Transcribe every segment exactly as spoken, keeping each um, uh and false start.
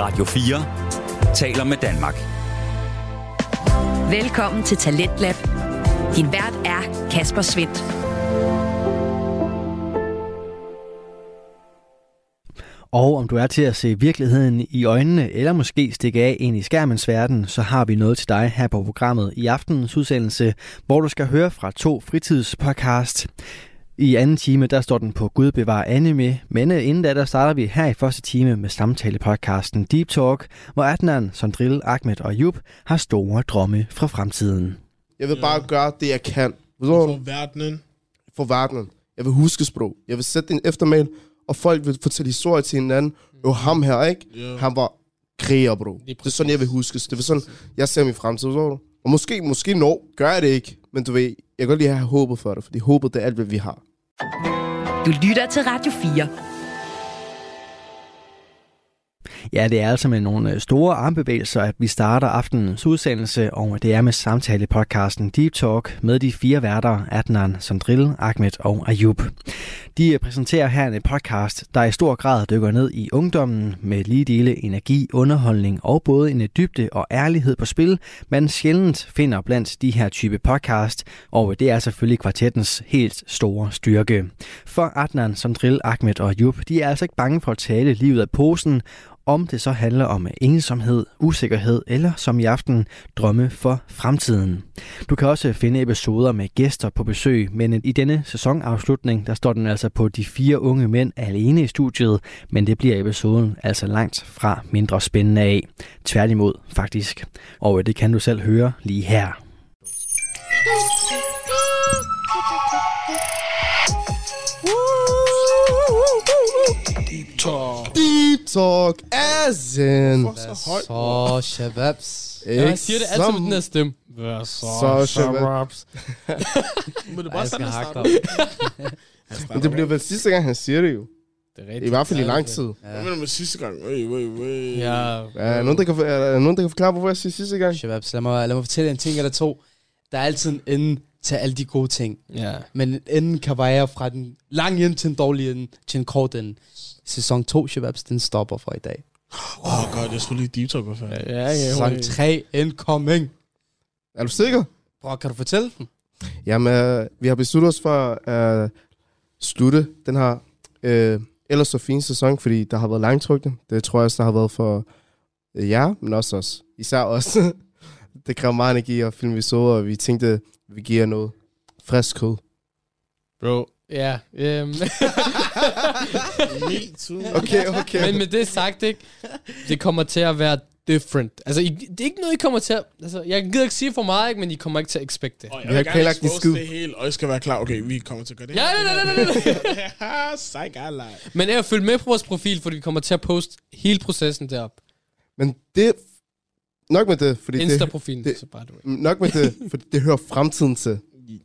Radio fire taler med Danmark. Velkommen til Talentlab. Din vært er Kasper Svendt. Og om du er til at se virkeligheden i øjnene, eller måske stikke af ind i skærmens verden, så har vi noget til dig her på programmet i aftenens udsendelse, hvor du skal høre fra to fritidspodcast. I anden time, der står den på Gud bevar anime, men inden da, der starter vi her i første time med samtalepodcasten Deep Talk, hvor Adnan, Sondril, Ahmed og Yub har store drømme fra fremtiden. Jeg vil bare gøre det, jeg kan. For verdenen. For verdenen. Jeg vil huske sprog. Jeg vil sætte en eftermæl, og folk vil fortælle historier til hinanden. Jo, ham her, ikke? Yeah. Han var kriger, bro. Det er sådan, jeg vil huskes. Det er sådan, jeg ser min fremtid, så du? Og måske, måske nå, gør jeg det ikke. Men du ved, jeg kan godt lige have håbet for det, fordi håbet, det er alt, hvad vi har. Du lytter til Radio fire. Ja, det er altså med nogle store armbevægelser, at vi starter aftenens udsendelse, og det er med samtalepodcasten Deep Talk med de fire værter, Adnan, Sondril, Ahmed og Ayub. De præsenterer her en podcast, der i stor grad dykker ned i ungdommen med lige dele energi, underholdning og både en dybde og ærlighed på spil, man sjældent finder blandt de her type podcast, og det er selvfølgelig kvartettens helt store styrke. For Adnan, Sondril, Ahmed og Ayub, de er altså ikke bange for at tale livet af posen, om det så handler om ensomhed, usikkerhed eller som i aften drømme for fremtiden. Du kan også finde episoder med gæster på besøg, men i denne sæsonafslutning, der står den altså på de fire unge mænd alene i studiet, men det bliver episoden altså langt fra mindre spændende af. Tværtimod faktisk. Og det kan du selv høre lige her. Deep Talk. Deep Talk, as in. Så shababs. Jeg siger det altid med den her stemme. Så shababs. Men det er bare sådan, at starte. Men det bliver vel sidste gang, han siger det jo. Det er rigtigt. I hvert fald i lang tid. Hvad mener du med sidste gang? Øj, øj, øj. Ja. Er nogen, der kan, er nogen, der kan forklare, hvorfor jeg siger sidste gang? Shababs, lad mig, lad mig fortælle en ting eller to. Der er altid en ende til alle de gode ting. Ja. Men enden kan være fra den lange ende til en dårlig ende, til en kort ende. Sæson to, Shababs, den stopper for i dag. Åh, oh god, jeg skulle lige deep talk, hvad fanden. Ja, ja, Sæson tre, incoming. Er du sikker? Bro, kan du fortælle den? Jamen, uh, vi har besluttet os for at uh, slutte den her uh, ellers så fine sæson, fordi der har været langtrykte. Det tror jeg også, der har været for uh, jer, men også os. Især os. Det kræver meget energi at filme episoder, og vi tænkte, vi giver noget frisk kød. Bro, ja. Yeah, um. Me too. Okay, okay. Men med det sagt, ikke? Det kommer til at være different. Altså, I, det er ikke noget, I kommer til at... Altså, jeg gider ikke sige for meget, ikke, men I kommer ikke til at expect det. Og jeg vi har ikke lagt en skid. Det hele, og I skal være klar. Okay, vi kommer til at gøre det. Ja, nej, nej, nej, nej. Psych, men jeg følger med på vores profil, fordi vi kommer til at poste hele processen derop. Men det... Nok med det, fordi Insta-profilen, det, så bare du. Nok med det, fordi det hører fremtiden til.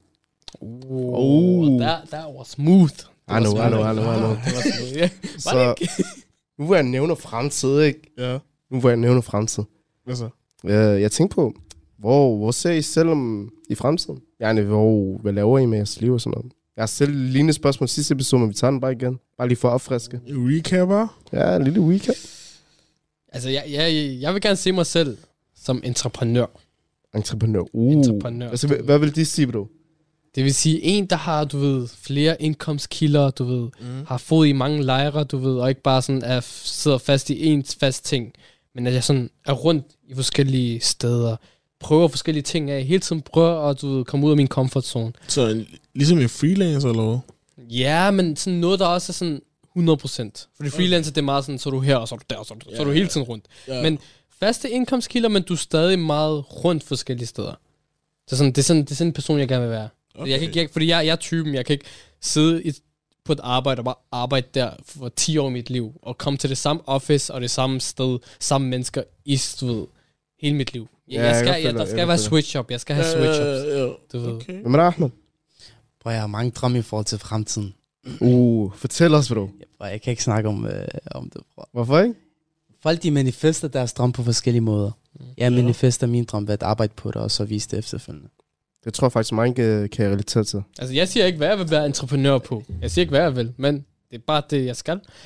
Oh, oh. Der, der var smooth. I know, I know, I know, I know. Det var smooth, ja. Så nu vil jeg nævne fremtid, ikke? Ja. Nu vil jeg nævne fremtid. Hvad så? Jeg, jeg tænkte på, hvor, hvor ser I selv om i fremtiden? Yani, hvor, hvad laver I med jeres liv og sådan noget? Jeg har selv lignende spørgsmål sidste episode, men vi tager den bare igen. Bare lige for at opfriske. Recapper? Ja, en lille recap. Altså, jeg, jeg, jeg vil gerne se mig selv som entreprenør. Entreprenør. Uh. Entreprenør. Altså, hvad, hvad vil de sige, bro? Det vil sige, en, der har, du ved, flere indkomstkilder, du ved, mm. har fod i mange lejre, du ved, og ikke bare sådan er, sidder fast i en fast ting, men at jeg sådan er rundt i forskellige steder, prøver forskellige ting af, hele tiden prøver at, du ved, komme ud af min comfort zone. Så en, ligesom en freelancer, eller hvad? Ja, men sådan noget, der også er sådan hundrede procent. Fordi freelancer, det er meget sådan, så er du her, og så er du der, og så er du, ja, så er du hele tiden rundt. Ja. Men faste indkomstkilder, men du er stadig meget rundt forskellige steder. Så sådan, det, er sådan, det er sådan en person, jeg gerne vil være. Okay. Jeg kan ikke, jeg, fordi jeg, jeg er typen, jeg kan ikke sidde i, på et arbejde og bare arbejde der for ti år i mit liv, og komme til det samme office og det samme sted, samme mennesker i, du ved, hele mit liv. Jeg, ja, jeg skal, jeg, jeg, der skal jeg være switch-up, jeg skal have switch-ups, ja, ja, ja. Du ved. Okay. Hvem er det, Ahmed? Bro, jeg har mange drømme i forhold til fremtiden. Uh, fortæl os, bro. Ja, bro, jeg kan ikke snakke om, øh, om det, bro. Hvorfor ikke? Folk, de manifester deres drøm på forskellige måder. Jeg manifester min drøm ved at arbejde på det, og så vise det efterfølgende. Det tror jeg faktisk, mange kan jeg relatere til. Altså, jeg siger ikke, hvad jeg vil være entreprenør på. Jeg siger ikke, hvad jeg vil, men det er bare det, jeg skal. Ja.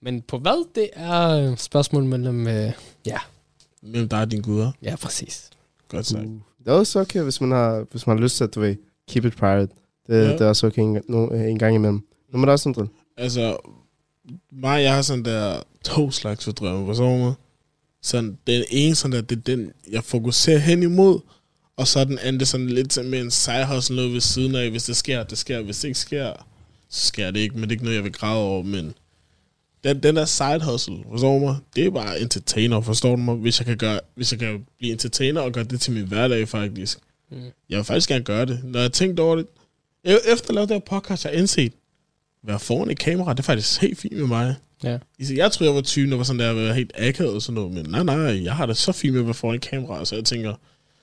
Men på hvad, det er spørgsmål mellem, øh, ja. Mellem dig og dine guder. Ja, præcis. Godt sagt. Uh, det er også okay, hvis man har, hvis man har lyst til at, du ved, keep it private. Det, Ja. det er også okay en, no, en gang imellem. Nu må der også sådan, Altså, mig, jeg har sådan der to slags fordrømme, forstår du mig? Sådan, den ene sådan der, det er den, jeg fokuserer hen imod, og så er den anden sådan lidt med en side hustle noget ved siden af. Hvis det sker, det sker. Hvis det ikke sker, så sker det ikke. Men det er ikke noget, jeg vil græde over. Men den, den der side hustle, forstår du mig? Det er bare entertainer, forstår du mig? Hvis jeg kan, gøre, hvis jeg kan blive entertainer og gøre det til min hverdag, faktisk. Mm. Jeg vil faktisk gerne gøre det. Når jeg tænkte over det, efter at lave det her podcast, jeg har indset, være foran et kamera, det er faktisk helt fint med mig. Ja. Jeg tror, jeg var typen, der var sådan der, at være helt akavet og sådan noget, men nej, nej, jeg har det så fint med at være foran et kamera, så jeg tænker,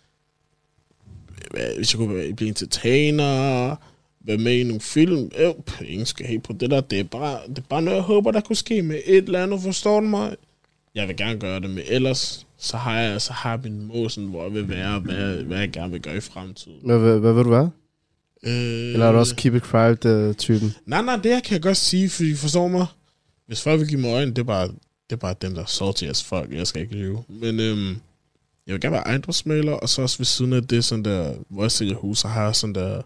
hvis jeg kunne blive entertainer, være med i nogle film, øh, ingen skal helt på det der, det er, bare, det er bare noget, jeg håber, der kunne ske med et eller andet, forstår du mig? Jeg vil gerne gøre det, men ellers, så har jeg, så har jeg min mål, sådan, hvor jeg vil være, hvad, hvad jeg gerne vil gøre i fremtiden. hvad, hvad, hvad vil du være? Øh, Eller er du også keep it private-typen? Nej, nej, det her kan jeg godt sige, fordi forstår mig, hvis folk vil give mig øjne, det er bare, det er bare dem, der er salty as fuck, jeg skal ikke lyve. Men øhm, jeg vil gerne være ejendomsmægler, og så også ved siden af det, sådan der, hvor jeg sælger hus, så har jeg sådan der,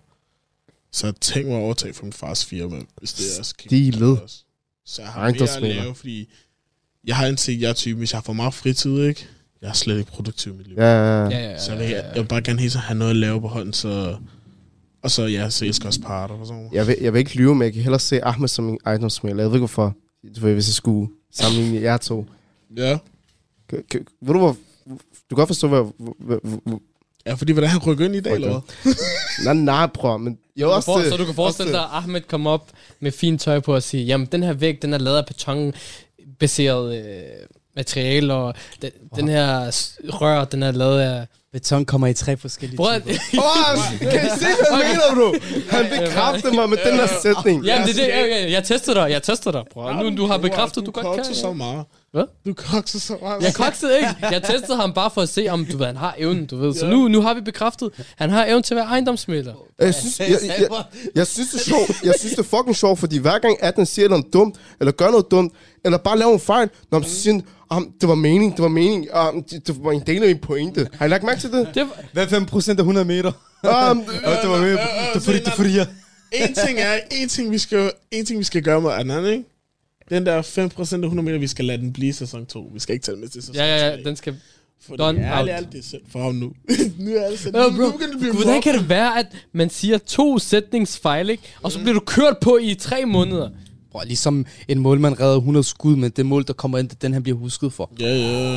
så jeg tænkt mig at overtage fra min fars firma, hvis det er også Stilet. Så jeg har mere at Ejendomsmægler. lave, fordi jeg har indset, jeg er typen, hvis jeg har for meget fritid, ikke? Jeg er slet ikke produktiv i mit liv. Ja, ja, ja. Ja, ja, ja, Så jeg vil, jeg vil bare gerne hele tiden have noget at lave på hånden, så... Og så, ja, så elsker også parter og sådan. Jeg vil, jeg vil ikke lyve, men jeg kan hellere se Ahmed som en ejendomsmægler. Jeg ved ikke hvorfor. Du ved, hvis jeg skulle sammenligne jer to. Ja. Kan, kan, ved du, hvor, du kan godt forstå, hvad... hvad, hvad Ja, fordi hvordan han rykker ind i dag, eller hvad? nej, nej, bror, men... Jeg Du også, kan for, så du kan forestille også, dig, at Ahmed kommer op med fint tøj på og sige, jamen, den her væg, den er lavet af betonbaseret øh, materiale, og den, oh. den her s- rør, den er lavet af... Beton kommer i tre forskellige Bror, typer. Åh, kan I se, hvad Okay. mener du? Han bekræftede mig med den her sætning. Jamen, det er det, jeg, jeg tester dig, jeg tester dig, bror. Nu, du har bekræftet, du, du godt kan. kokser så meget. Hvad? Du kokser så meget. Jeg koksede ikke. Jeg testede ham bare for at se, om du ved, han har evnen, du ved. Så nu, nu har vi bekræftet, han har evnen til at være ejendomsmægler. Jeg synes, jeg, jeg, jeg, jeg synes, det er sjovt. Jeg synes, det er fucking sjovt, fordi hver gang Adnan siger noget dumt, eller gør noget dumt, eller bare laver en fejl, når man siger, um, det var mening, det var mening, um, det, det var en del af min pointe. Har I lagt mærke til det? Det var, Hvad er fem procent af hundrede meter? Um, Ja, det var med. Det er fordi, det er fordi, jeg... En ting er, en ting vi skal, en ting vi skal gøre med Adnan, ikke? Den der fem procent af hundrede meter, vi skal lade den blive sæson to. Vi skal ikke tage den med til sæson ja, ja, ja, tre. den skal... For done det er out. alt, alt det er sendt for ham nu. nu er det sendt. Ja, Nu bro, begynder det at blive hvordan kan mobbet. det være, at man siger to sætningsfejl, ikke? Og så bliver du kørt på i tre måneder? Bror, ligesom en målmand redder hundrede skud, men det mål, der kommer ind, det er den, han bliver husket for. Ja, ja.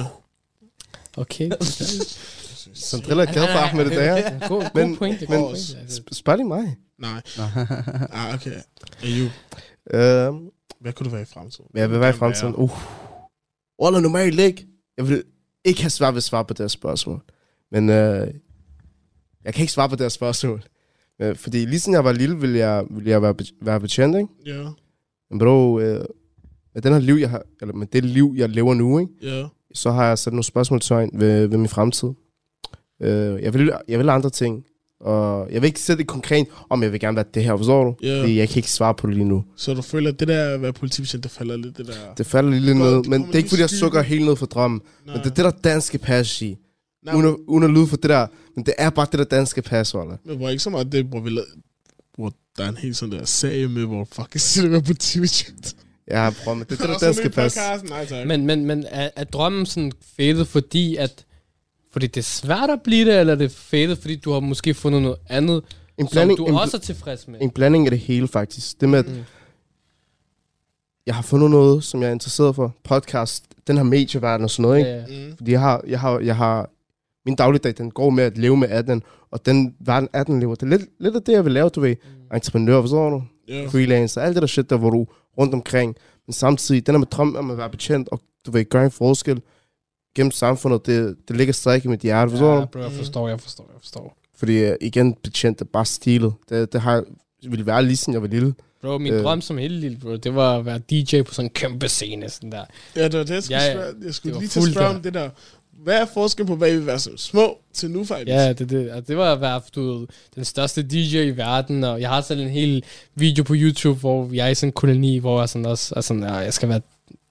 Okay. Så driller jeg glad for Ahmed i dag. God, god Men- pointe, god men- pointe. Altså. Sp- Spørg lige mig. Nej. ah, okay. Ayub, Um, hvad kunne du være i fremtiden? jeg vil være i fremtiden. Uh. Eller normalt ikke. Jeg vil ikke have svært ved at svare på det her spørgsmål. Men uh, jeg kan ikke svare på det her spørgsmål. Uh, fordi lige siden jeg var lille, ville jeg, ville jeg være, be- være betjent, ikke? Ja, Men bro, uh, med, den her liv, jeg har, eller med det liv, jeg lever nu, ikke? ja. Så har jeg sat nogle spørgsmålstegn ved, ved min fremtid. Uh, jeg, vil, jeg vil andre ting. Og jeg vil ikke sætte det konkret, om jeg vil gerne være det her, forstår du? Ja. Fordi jeg kan ikke svare på det lige nu. Så du føler, at det der at være politibetjent, det falder lidt, det der... Det falder lige lidt Godt, ned, det men kommer det er ikke fordi, jeg lige sukker skygge. helt ned for drømmen. Nej. Men det er det, der danske pas i. Nej, Uden, at- uden at lyde for det der. Men det er bare det der danske pas, Walla. men hvor ikke så meget det, hvor vi lavede... Hvor der er en helt sådan der serie med, hvor fucking siger det være politibetjent. Ja, bror, men det er det der Og så danske ny pas. podcast. Nej, tak. Men, men, men er, er drømmen sådan fælet, fordi at... Fordi det er svært at blive det, eller er det fælet, fordi du har måske fundet noget andet, En som blanding, du en, også er tilfreds med? en blanding af det hele, faktisk. Det med, at Mm. jeg har fundet noget, som jeg er interesseret for. Podcast, den her medieverden og sådan noget, ikke? Ja, ja. Mm. Fordi jeg har, jeg har, jeg har... Min dagligdag, den går med at leve med Adnan. Og den verden, Adnan lever. Det er lidt, lidt af det, jeg vil lave, du ved. Entreprenør, forstår du? Ja. Freelancer, alt det der shit, der hvor du rundt omkring. Men samtidig, den der med drømmen om at være betjent, og du ved, gøre en forskel gennem samfundet, det, det ligger stadig i mit hjerte, forstår Ja, du? bro, jeg forstår, jeg forstår, jeg forstår. Fordi uh, igen, betjent er bare stilet. Det, det har jeg, ville være lige siden jeg var lille. Bro, min Øh. øh. drøm som helt lille, bro, det var at være D J på sådan en kæmpe scene, sådan der. Ja, det var det, jeg skulle, Ja, ja. spørge. Jeg skulle Det var lige til at fuldt spørge der. om det der. Hvad er forskellen på, hvad I vil være som små til nu, faktisk? Ja, det, det, altså, det var at være, du ved, den største D J i verden, og jeg har selv en hel video på YouTube, hvor jeg er i sådan en koloni, hvor jeg sådan også, altså, ja, jeg skal være D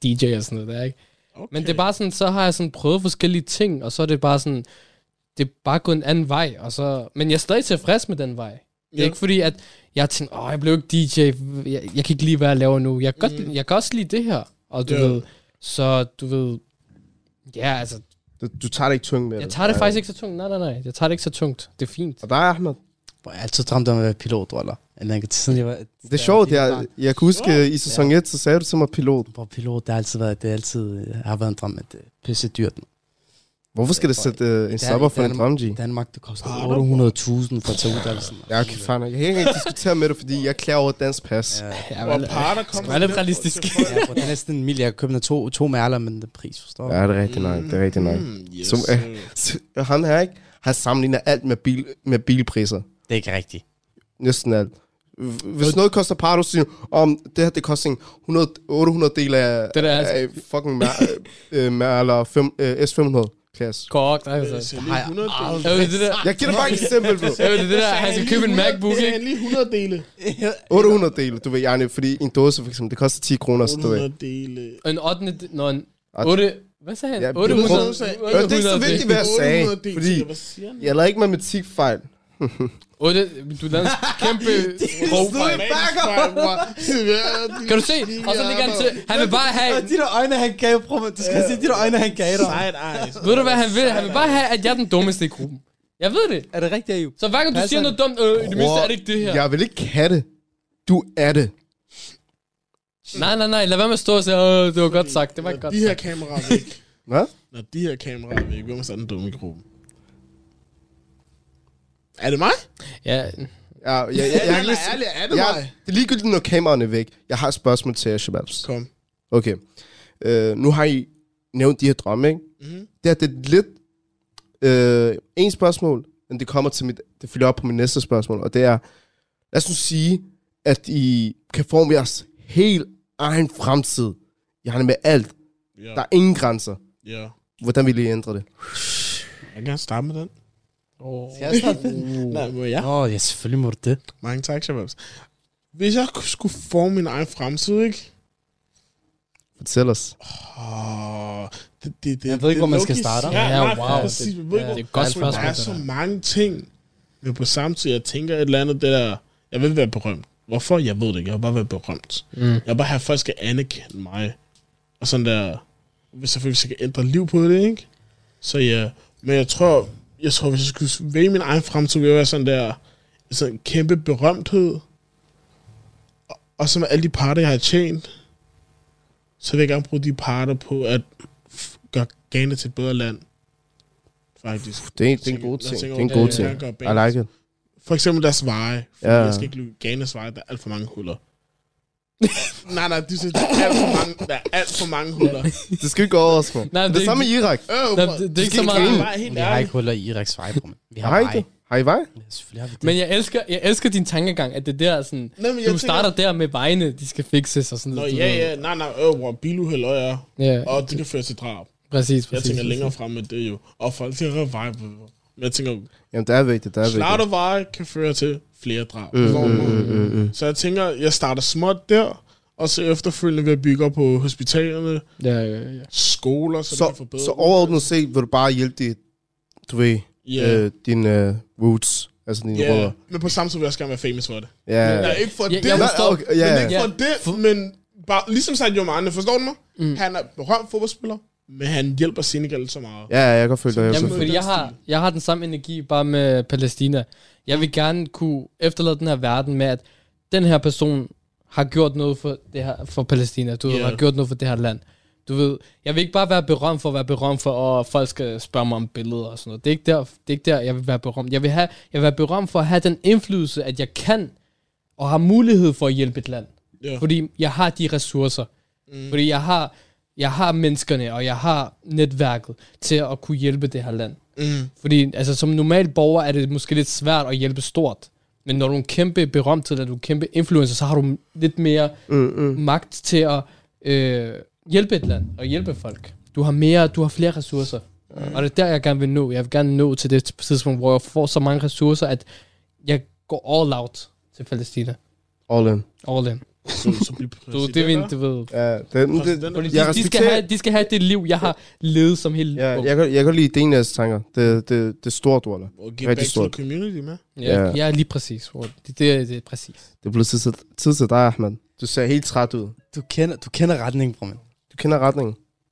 D J og sådan noget der, ikke? Okay. Men det er bare sådan, så har jeg sådan prøvet forskellige ting, og så er det bare sådan, det er bare gået en anden vej, og så, men jeg er stadig tilfreds med den vej. Det er ja. ikke fordi, at jeg tænker, åh, jeg blev ikke D J, jeg, jeg kan ikke lide, hvad jeg laver nu. Jeg kan, mm. godt, jeg kan også lide det her, og du ja. ved, så du ved, ja, altså. Du, du tager det ikke tungt med jeg det? Jeg tager det nej. faktisk ikke så tungt, nej, nej, nej, jeg tager det ikke så tungt, det er fint. Og dig, Ahmed? Jeg har altid drømt om at være pilot, eller? Det er sjovt, jeg, jeg kan huske, oh. i sæson et, så sagde du til mig pilot. Bro, pilot, det har altid været, det har altid har været en drøm, at det er pisse dyrt. Hvorfor skal det sætte uh, en stopper for en drøm, G? Danmark, det koster otte hundrede tusind for at tage uddannelsen. Ja, okay, fanden. Jeg kan ikke engang diskutere med det, fordi jeg er klar over dansk pas. Ja, ja, men, det er lidt realistisk. Ja, bro, det er næsten en mil. Jeg købte to, to mærler, men det er pris, forstår du? Ja, det er rigtig nok. Det er rigtig nok. Mm, yes. Så, øh, så, han her, ikke? Han sammenligner alt med, bil, med bilpriser. Det er ikke rigtigt. Næsten alt. Hvis noget koster par, du siger, om det her, det koster hundrede, otte hundrede del af, det der er af fucking Mærler S fem hundrede. Klasse. Korrekt, altså. Jeg giver dig bare et eksempel, bro. Det er det der, han skal købe en MacBook, ikke? Det er lige hundrede dele. otte hundrede dele, du ved, Jarne, fordi en dåse, for eksempel, det koster ti kroner, så du ved. otte hundrede dele. En ottende, når en otte, hvad sagde han? Ja, otte hundrede. Det er ikke så vigtigt, hvad jeg sagde, fordi jeg lavede ikke matematikfejl. otte, du lavede en kæmpe grovfejl. Kan du se? Og så ligger han til, han vil bare have... De der øjne, han gav, prøv du skal se, de der øjne, han gav dig. Ved du, hvad han vil? Han vil bare have, at jeg er den dummeste i gruppen. Jeg ved det. Er det rigtigt, Ayub? Så hver gang du siger noget dumt, øh, i det mindste er det ikke det her. Jeg vil ikke have det. Du er det. Nej, nej, nej. Lad være med at stå og sige, åh, det var godt sagt. Det var ikke godt sagt. De her kameraer væk. Hvad? Når de her kameraer væk, hvem er så den dumme i gruppen? Er det mig? Ja. Ja, ja, ja, jeg har lyst. Ærligt, er det jeg, mig? det er ligegyldigt, når kameraerne er væk. Jeg har et spørgsmål til jer, Shababs. Kom. Okay. Uh, nu har I nævnt de her drømme, ikke? Mm-hmm. Det er det er lidt uh, en spørgsmål, men det kommer til mit, det følger op på mit næste spørgsmål, og det er, lad os nu sige, at I kan forme jeres helt egen fremtid. I har det med alt. Yeah. Der er ingen grænser. Ja. Yeah. Hvordan vil I ændre det? Jeg kan starte med den. Oh. Skal jeg starte? Nej, må jeg? Åh, oh, ja, selvfølgelig må du det. Mange tak, Shababs. Hvis jeg skulle forme min egen fremtid, ikke? Fortæl os. Oh, det, det, det, jeg ved ikke, hvor man skal logis. starte. Ja, ja, nej, wow. præcis. Det, ved ja, ikke, det er et godt spørgsmål. Der er så mange ting, men på samme tid, jeg tænker et eller andet, det der, jeg vil være berømt. Hvorfor? Jeg ved det ikke. Jeg vil bare være berømt. Mm. Jeg vil bare have, at folk skal anerkende mig. Og sådan der, hvis selvfølgelig skal ændre liv på det, ikke? Så ja, men jeg tror, jeg tror, hvis jeg skulle vælge min egen fremtid, ville jeg være sådan der, sådan en kæmpe berømthed. Og, og så med alle de parter, jeg har tjent, så vil jeg gerne bruge de parter på at f- gøre Ghana til et bedre land. Faktisk. Det er, det er en god ting. Det er en god ting. I like it. For eksempel deres veje. Ja. Jeg skal ikke lide Ghanas veje, der er alt for mange huller. nej, nej, du siger, der er alt for mange, der er alt for mange huller. Det skal ikke gå over os, man. Nej, det, det er samme i Irak. Øh, nej, det, det er ikke så meget. Vi har ikke huller i Iraks vej, bro. Vi har, har I vej. det? Har I vej? Ja, selvfølgelig har vi det. Men jeg elsker, jeg elsker din tankegang, at det der sådan, nej, du tænker, starter der med vejene, de skal fikses og sådan noget. Nå, ja, ja, nej, nej, øh, bror, biluheld, og ja. ja. Og det kan føre til drab. Præcis, præcis. Jeg tænker præcis. længere frem med det jo. Og folk tænker, vej på. Men jeg tænker, jamen, det er vigtigt, det er vigtigt. slatterveje kan føre til flere drab. Mm, mm, mm, mm. Så jeg tænker, jeg starter småt der, og så efterfølgende vil jeg bygge op på hospitalerne, ja, ja, ja. skoler, så, så, det kan så overordnet set vil du bare hjælpe dit, du ved, yeah. øh, dine uh, roots, altså dine yeah. rødder. Men på samme tid vil jeg også gerne være famous for det. Ja. Nej, ikke for Ja, det, jeg forstår. okay, yeah. men ikke Ja. for det, men bare, ligesom Sadio Mane, forstår du mig? Mm. Han er berømt fodboldspiller, men han hjælper Senegal så meget. Ja, jeg kan føle det. Jamen, fordi jeg har, jeg har den samme energi bare med Palæstina. Jeg vil gerne kunne efterlade den her verden med, at den her person har gjort noget for det her, for Palæstina. Du yeah. ved, har gjort noget for det her land. Du ved, jeg vil ikke bare være berømt for at være berømt for, at folk skal spørge mig om billeder og sådan noget. Det er ikke der, det er ikke der jeg vil være berømt. Jeg vil, have, jeg vil være berømt for at have den indflydelse, at jeg kan og har mulighed for at hjælpe et land. Yeah. Fordi jeg har de ressourcer. Mm. Fordi jeg har, jeg har menneskerne, og jeg har netværket til at kunne hjælpe det her land. Mm. Fordi altså, som normal borger er det måske lidt svært at hjælpe stort. Men når du er en kæmpe berømthed, eller du er en kæmpe influencer, så har du lidt mere mm, mm. magt til at øh, hjælpe et land og hjælpe folk. Du har mere, du har flere ressourcer. Mm. Og det er der, jeg gerne vil nå. Jeg vil gerne nå til det tidspunkt, hvor jeg får så mange ressourcer, at jeg går all out til Palæstina. All in. All in. Så, så bliver Du, det er min, du ved. Ja, det, det, Fordi jeg de, de, skal have, de skal have det liv, jeg har levet som helt Ja, ung. jeg, kan, jeg kan lide Denas tanker. Det, det, det er stort, Walla. Og give back to the community med. Ja, Ja. ja, lige præcis. Det, det, det er præcis. Det er blevet tid, til- tid til dig, Ahmed. Du ser helt træt ud. Du kender, du kender retningen, bror, man. Du kender retningen.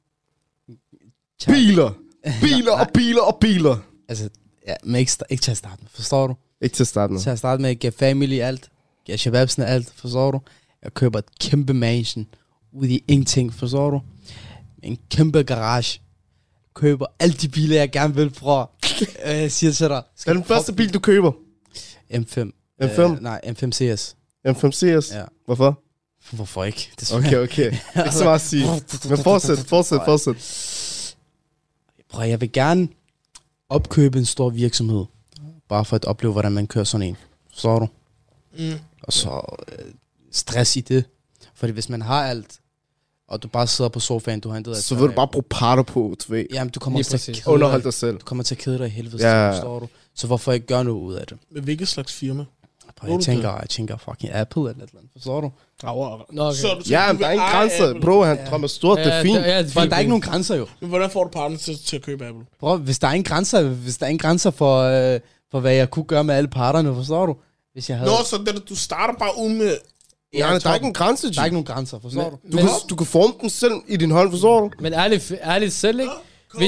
Biler! Biler og biler og biler! Altså, ja, men ikke, sta- ikke til at starte med, forstår du? Ikke til at starte med. Til at starte med, giver family alt, giver shababsen alt, forstår du? Jeg køber et kæmpe mansion ud i ingenting, forstår du? En kæmpe garage. Køber alle de biler, jeg gerne vil, fra. Jeg siger til dig. Hvad er den første bil, du køber? M fem. M fem? Øh, nej, M fem C S. M fem C S? Ja. Hvorfor? Hvorfor ikke? Det Okay, okay. Ikke så meget at sige. Men fortsæt, fortsæt, fortsæt. Prøv, jeg vil gerne opkøbe en stor virksomhed. Bare for at opleve, hvordan man kører sådan en. Forstår du? Mm. Og så øh, stress i det. Fordi hvis man har alt, og du bare sidder på sofaen, du har intet at Så tage vil du af. bare bruge parter på, du ved. Jamen, du kommer Lige til at præcis. kede Underhold dig. dig selv. Du kommer til at kede dig i helvede, Ja. ja. Forstår du? Så hvorfor ikke gøre noget ud af det? Men hvilket slags firma? Prøv, jeg tænker, jeg tænker fucking Apple eller et eller andet. Forstår du? Nå, okay. Så, du Ja, du men der er vil ingen eje grænser. Apple. Bro, han drømmer stort, det er fint. Ja, det er For fint. der er ikke nogen grænser jo. Men hvordan får du partneren til, til at købe Apple? Prøv, hvis der er ingen grænser, hvis der er ingen grænser for, øh, for hvad jeg kunne gøre med alle parterne, forstår du? Hvis jeg havde... Nå, så det, du starter bare ud med... Ja, der er ikke en grænse, Der er ikke nogen grænser, forstår du? Du kan, du kan forme den selv i din hånd, forstår du? Men ærligt, ærligt selv, ikke? Hvis,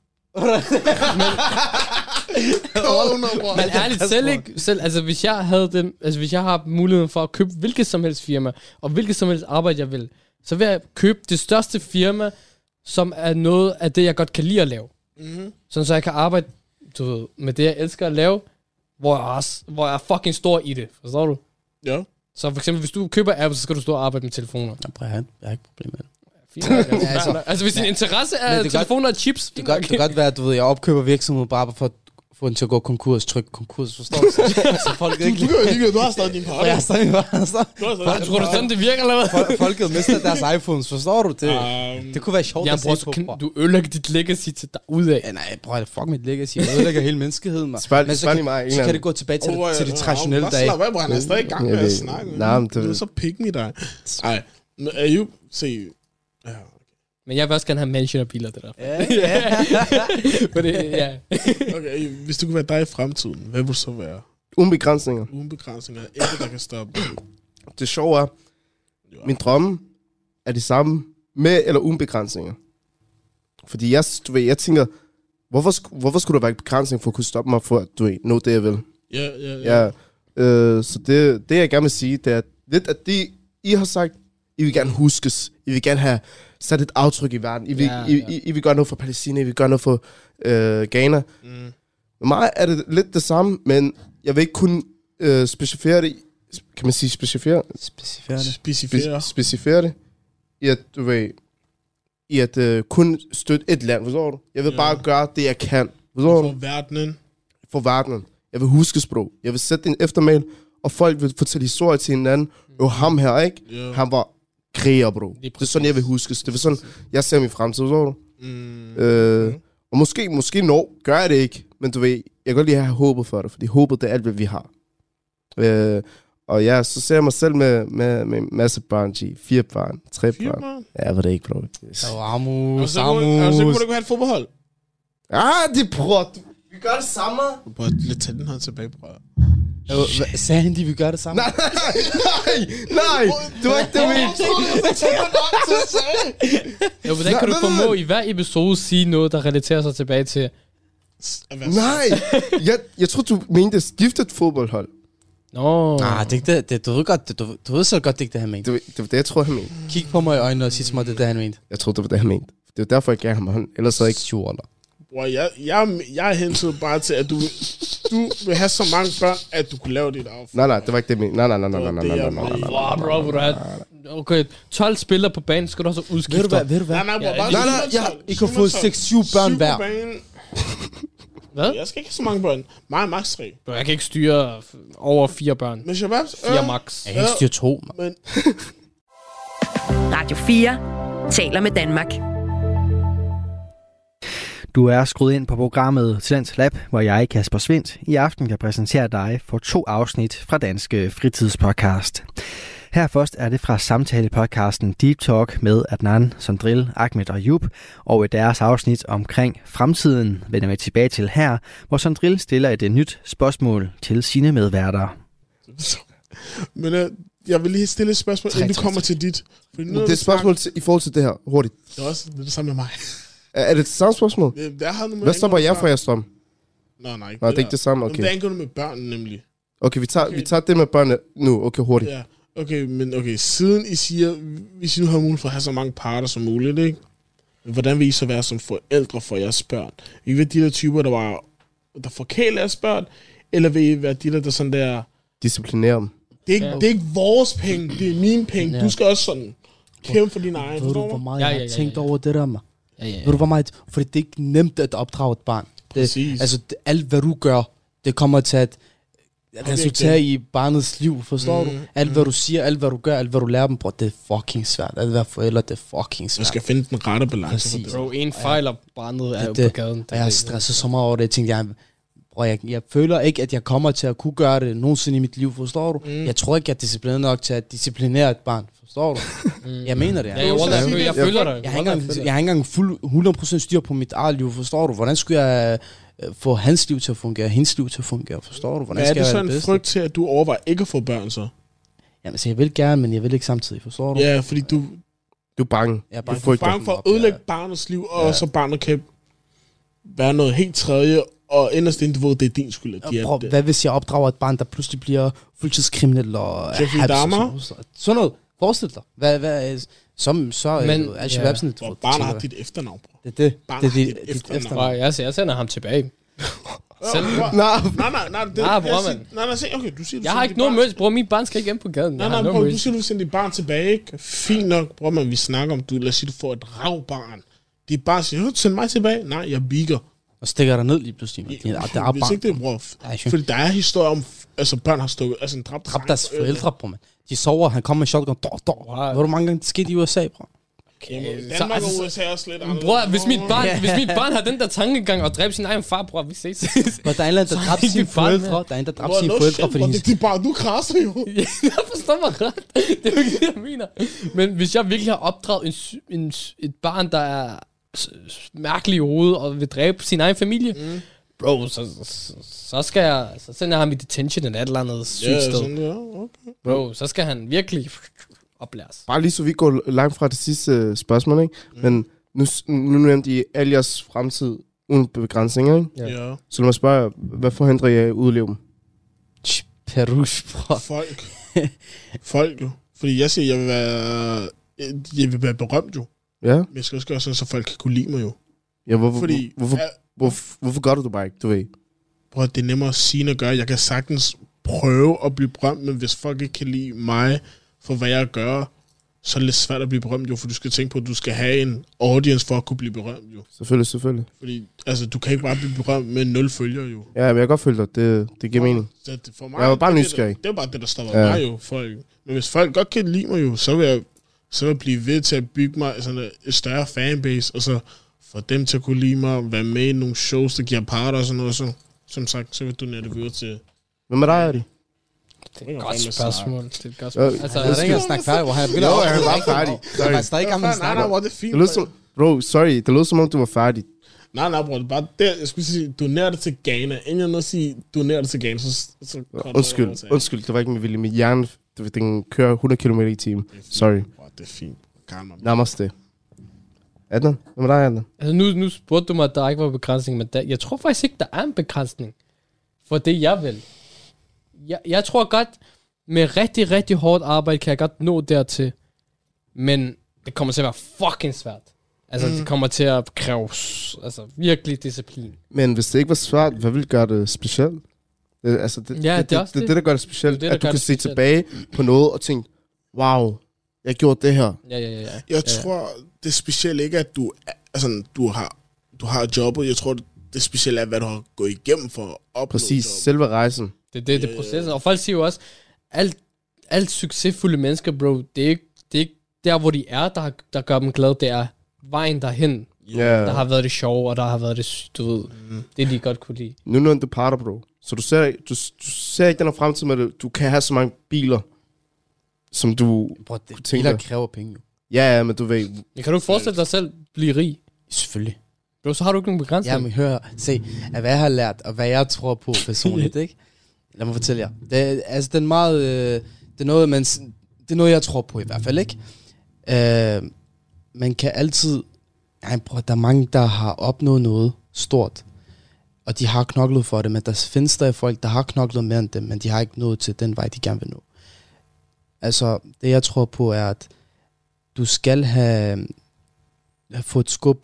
men ærligt selv, ikke? Selv, altså, hvis jeg havde den, altså, hvis jeg har muligheden for at købe hvilket som helst firma, og hvilket som helst arbejde, jeg vil, så vil jeg købe det største firma, som er noget af det, jeg godt kan lide at lave. Mm-hmm. Sådan så jeg kan arbejde, du ved, med det, jeg elsker at lave, hvor jeg, også, hvor jeg er fucking stor i det. Forstår du? Ja. Så for eksempel, hvis du køber Apple, så skal du stå og arbejde med telefoner. Ja, prøv, jeg, har, jeg har ikke problem med det. Fint, nok, altså, altså, altså, altså, hvis din interesse men er det er telefoner og chips, Det kan godt, det kan godt være, at du ved, jeg opkøber virksomheden bare for at få den til at gå konkurs, trykke konkurs, forstår du? Så, så folk Du, ikke... du, gør jo du har stadig din Og partner. jeg er stadig bare så... Du har stadig din tror du sådan, det virker, eller hvad? Folk, folket mister deres iPhones, forstår du? Det, Um, det kunne være sjovt Ja, at bror, se du, på. kan, bror. du ødelægger dit legacy til derudad. Ja, nej, bror, det fuck mit legacy. Jeg ødelægger hele menneskeheden, man. Spørg, Men så spørg lige kan, mig. så kan det gå tilbage til, oh, det, til de oh, traditionelle oh, dage. Slap af, bror, han er stadig i gang med Jeg at ved- snakke. Nej, men det- Du er så pikken i dig. Ej, men er jo... Se... Ja. Men jeg vil også gerne have mansion og biler, det der. Ja, ja. For det, ja. Okay, Ayub, hvis du kunne være dig i fremtiden, hvad vil du så være? Uden begrænsninger. Uden begrænsninger. Ikke, der kan stoppe. Det sjove er, min drømme er de samme med eller uden begrænsninger. Fordi jeg, du ved, jeg tænker, hvorfor, sk- hvorfor skulle der være begrænsning for at kunne stoppe mig for at du ved, nå det, jeg vil? Ja, ja, ja. Ja, øh, så det, det, jeg gerne vil sige, det er lidt, at det, I har sagt, I vil gerne huskes. I vil gerne have sat et aftryk i verden. I vil, Ja, I, ja. I, I vil gøre noget for Palæstina. I vil gøre noget for øh, Ghana. Mm. Med mig er det lidt det samme, men jeg vil ikke kun øh, specificere det. i- Kan man sige specificere? Specificere det. Specificere. Spe- specificere det. I at, du ved, i at øh, kun støtte et land, forstår du? Jeg vil Ja. bare gøre det, jeg kan. Forstår du? For verdenen. For verdenen. Jeg vil huske sprog. Jeg vil sætte en eftermæl, og folk vil fortælle historier til hinanden. Jo, ham her, ikke? Ja. Han var kriger, bro. Lige Det er sådan, jeg vil huskes. Det er sådan, jeg ser min fremtid, forstår du? Mm. Øh, og måske, måske når, gør jeg det ikke. Men du ved, jeg kan godt lige have håbet for det, fordi håbet, det er alt, hvad vi har. Øh, og ja, så ser jeg mig selv med, med, med en masse børn, G. Fire børn, tre Fire børn. børn? Ja, jeg ved det ikke, bro. Yes. Og Amus, Og så kunne og så kunne Amus. du ikke have et fodboldhold. Ah, det bror. Du, vi gør det samme. Bare lidt tage den her tilbage, bror. Øh, hvad- Sagde han, de vil gøre det sammen? Nej, nej, nej. Du var ikke det, jeg mente. Jo, hvordan kan du Nej, nej, formå i hver episode sige noget, der relaterer sig tilbage til... Nej, jeg, jeg tror du mente skiftet fodboldhold. Nå. Nej, det er ikke det. det. Du ved godt, det, du, du ved så godt, det er ikke det, han mente. Det, var- det var det, jeg tror, han mente. Kig på mig i øjnene og sig til mig, det er det, han mente. Jeg tror det var det, han mente. Det var derfor, jeg gav ham hånd. Ellers så ikke. Sure, eller? Bror, jeg, jeg, jeg er hentet bare til, at du, du vil have så mange børn, at du kunne lave dit affald. Nej, nej, det var ikke det, jeg mente. Nej, nej, nej, nej, nej, nej, nej, nej, nej, nej. Wow, bro, hvor du har... Okay, tolv spillere på banen, skal du også udskifte. Ved du hvad, ved du hvad? Nej, nej, bror, Ja, bare nej, nej, syv-mandhold. jeg- I kan få Syv-mandhold. seks, syv børn Syv hver. på banen. Hvad? Jeg skal ikke have så mange børn. Mig er max tre. Bro, jeg kan ikke styre over fire børn. Men Shababs... Fire max. Jeg kan ikke styre to, man. Men Radio fire taler med Danmark. Du er skruet ind på programmet Talent Lab, hvor jeg, Kasper Svindt, i aften kan præsentere dig for to afsnit fra Danske Fritidspodcast. Her først er det fra samtale-podcasten Deep Talk med Adnan, Sondril, Ahmed og Ayub, og i deres afsnit omkring fremtiden vender vi tilbage til her, hvor Sondril stiller et nyt spørgsmål til sine medværter. Men uh, jeg vil lige stille et spørgsmål, inden du kommer til dit. Det er et spørgsmål til, i forhold til det her, hurtigt. Det er også det, er det samme med mig. Er, er det det samme spørgsmål? Det, der har Hvad stopper jeg for jeres strøm? Nå, nej, ikke Nå, det er ikke det samme, okay. Men det er ikke med børnene, nemlig. Okay, vi tager, Okay. vi tager det med børnene nu, okay, hurtigt. Ja, okay, men okay, siden I siger, hvis I nu har mulighed for at have så mange parter som muligt, ikke? Hvordan vil I så være som forældre for jeres børn? Vil I være de der typer, der, var, der forkæler jeres børn, eller vil I være de der, der sådan der... Disciplinere dem. Det er ikke, Ja. det er ikke vores penge, det er mine penge. Ja. Du skal også sådan kæmpe for dine egne, Ved du, forstår hvor du? meget Ja, jeg ja, har ja, tænkt ja. over det der, man? Ja, ja, ja. Ved du, hvor meget... For det er ikke nemt at opdrage et barn. Det, Præcis. altså, det, alt hvad du gør, det kommer til at resultere i barnets liv, forstår Mm, du? Alt hvad du siger, alt hvad du gør, alt hvad du lærer dem, bro, det er fucking svært. At være forældre, det er fucking Du svært. skal finde den rette balance for Præcis. det. Bro, en fejl og barnet er jo Det- på gaden. Og jeg har stresset så meget over det. Jeg tænkte, jeg, bro, jeg, jeg føler ikke, at jeg kommer til at kunne gøre det nogensinde i mit liv, forstår du? Mm. Jeg tror ikke, jeg er disciplineret nok til at disciplinere et barn, forstår du? Jeg mener det. Ja, jeg, wallah, jeg, jeg føler dig. Jeg har ikke engang, jeg har ikke engang fuld hundrede procent styr på mit eget liv, forstår du? Hvordan skulle jeg øh, få hans liv til at fungere, hendes liv til at fungere, forstår du? Hvordan Men er skal det jeg så være en det bedste? frygt til, at du overvejer ikke at få børn så? Jamen, så jeg vil gerne, men jeg vil ikke samtidig, forstår du? Ja, fordi du, Du er bange. Jeg er du er for bange for at ødelægge barnets liv, og så barnet kan være noget helt tredje, og inderst inden du ved, det er din skyld, at de Ja, er bro, det. hvad hvis jeg opdrager et barn, der pludselig bliver fuldtidskriminel og Jeffrey haps og Dahmer? sådan noget? Sådan noget. Forestil dig. Hvad, hvad, som, så Men- Men, er Shabab sådan, Hvor barnet har dit efternavn, bro. det er det. barnet Det er har dit, dit dit efternavn. efternavn. Bro, jeg, jeg sender ham tilbage. Selv. Nej, Nej, nej, nej, nej, det, Nej, bror, jeg siger- mand. nej, nej, se, okay, du siger, du Jeg har sender ikke dit nogen barn- merch, bror. Min barn skal ikke hjem på gaden. Nej, Jeg nej, har bror, no du merch. siger, du sender dit barn tilbage, ikke? Fint nok, bror, man, vi snakker om, du, lad os sige, du får et ravbarn. Dit barn siger, "Hør, send mig tilbage. Nej, jeg biger. Og stikker dig ned lige pludselig. Man. Det er, det er Hvis barn. ikke det er, bror. Ej, shit. Fordi der er historier om, altså børn har stukket, altså en dræbt Dræb deres forældre, på man. De sover, han kommer med shotgun. Dår, dår. Wow. Ved du, hvor mange gange det skete i U S A, bro? Danmark Så, og altså, U S A er også lidt anderledes. Bror, hvis mit, barn, Ja. hvis mit barn har den der tankegang og dræber sin egen far, bror, vi ses. Hvor der er en eller anden, der Så er dræbte det sine ikke barn, forældre. mand. Der er en, der dræbte Bror, sine no forældre, shit, fordi bror, hendes... det er de barn, du krasser jo. Jeg forstår mig ret. Det er jo ikke det, jeg mener. Men hvis jeg virkelig har opdraget en, sy- en, sy- et barn, der er s- s- mærkelig i hovedet og vil dræbe sin egen familie, mm. bro, så, så, så skal jeg, så sender jeg ham i detention eller et eller andet sygt Ja, sted. sådan, ja, okay. Bro, så skal han virkelig oplæres. bare lige så vi går langt fra det sidste øh, spørgsmål, ikke? Mm. Men nu, nu nævnte I alle jeres fremtid uden begrænsninger, ikke? Ja. Ja. Så lad mig spørge jer, hvad forhindrer jer i at udleve dem? Perush, bro. Folk. Folk jo. Fordi jeg siger, jeg vil være, jeg vil være berømt jo. Ja? Men jeg skal også gøre sådan, så folk kan kunne lide mig jo. Ja, hvorfor, Fordi, hvorfor, ja, hvorfor, hvorfor gør du det bare ikke, du ved? prøv, at det er nemmere at sige end at gøre. Jeg kan sagtens prøve at blive berømt, men hvis folk ikke kan lide mig for, hvad jeg gør, så er det lidt svært at blive berømt jo, for du skal tænke på, at du skal have en audience for at kunne blive berømt jo. Selvfølgelig, selvfølgelig. Fordi, altså, du kan ikke bare blive berømt med nul følgere jo. Ja, men jeg kan godt følge dig. Det, det giver mening. Så det, for mig, Jeg var bare det, nysgerrig. Det, det er bare det, der stopper Ja. mig jo. Folk. Men hvis folk godt kan lide mig jo, så vil jeg, så vil jeg blive ved til at bygge mig sådan et større fanbase, og så få dem til at kunne lide mig, være med i nogle shows, der giver parter og sådan noget. Så, som sagt, så vil du netop videre til... Hvem er dig, Adi? Det er et godt spørgsmål. Det er et godt Ja, spørgsmål. Altså, Jeg er ikke at snakke færdig, hvor han begynder Jo, at han var færdig. Han er stadig i gang med at Nej, nej, snakke. hvor er det fint. Det lød som, bro, sorry. Det lød som om, du var færdig. Nej, nej, bror, det er bare der, jeg skulle sige, doner det til Ghana. Inden jeg nåede at sige, doner det til Ghana, så... så Undskyld, undskyld. Det var ikke med vilje. Min hjerne, du ved, den kører hundrede kilometer i timen. Sorry. Bror, det er fint. Kalm mig. Namaste. Adnan? Hvem er dig, Adnan? Altså nu, nu spurgte du mig, at der ikke var begrænsning, men der, jeg tror faktisk ikke, der er en begrænsning for det, jeg vil. Jeg, jeg tror godt, med rigtig, rigtig hårdt arbejde, kan jeg godt nå dertil, men det kommer til at være fucking svært. Altså, mm. det kommer til at kræve altså, virkelig disciplin. Men hvis det ikke var svært, hvad ville gøre det specielt? Det, altså, det, Ja, det, det er det, også det, det. det, der gør det specielt, Det er det, der at du gør kan det se specielt. tilbage på noget og tænke, wow, jeg gjorde det her. Ja, ja, ja. ja. Jeg ja, tror, det specielle ikke er, at du, er- altså, du, har, du har jobbet. Jeg tror, det specielle er, hvad du har gået igennem for at opnå Præcis, jobbet. selve rejsen. Det er det, det er processen. Og folk siger jo også, alt, alt succesfulde mennesker, bro, det er ikke, det er ikke der, hvor de er, der, har, der gør dem glade. Det er vejen derhen, Ja. der har været det sjove, og der har været det, du ved, mm. det de godt kunne lide. Nu når du parter, bro. Så du ser, du, du ser ikke den her fremtid med det. Du kan have så mange biler. som du Bro, det tænker- biler kræver penge jo. Ja, ja, men du ved... Men kan du ikke forestille dig selv blive rig? Selvfølgelig. Jo, så har du ikke nogen begrænsning. Ja, men hør, se, at hvad jeg har lært, og hvad jeg tror på personligt, ikke? Lad mig fortælle jer. Det, er- altså, det er meget, øh, det er noget, man, s- det er noget, jeg tror på i hvert fald, ikke? Øh, man kan altid, ej, bror, der er mange, der har opnået noget stort, og de har knoklet for det, men der findes der folk, der har knoklet mere end dem, men de har ikke nået til den vej, de gerne vil nå. Altså, det jeg tror på er, at du skal have, have fået et skub.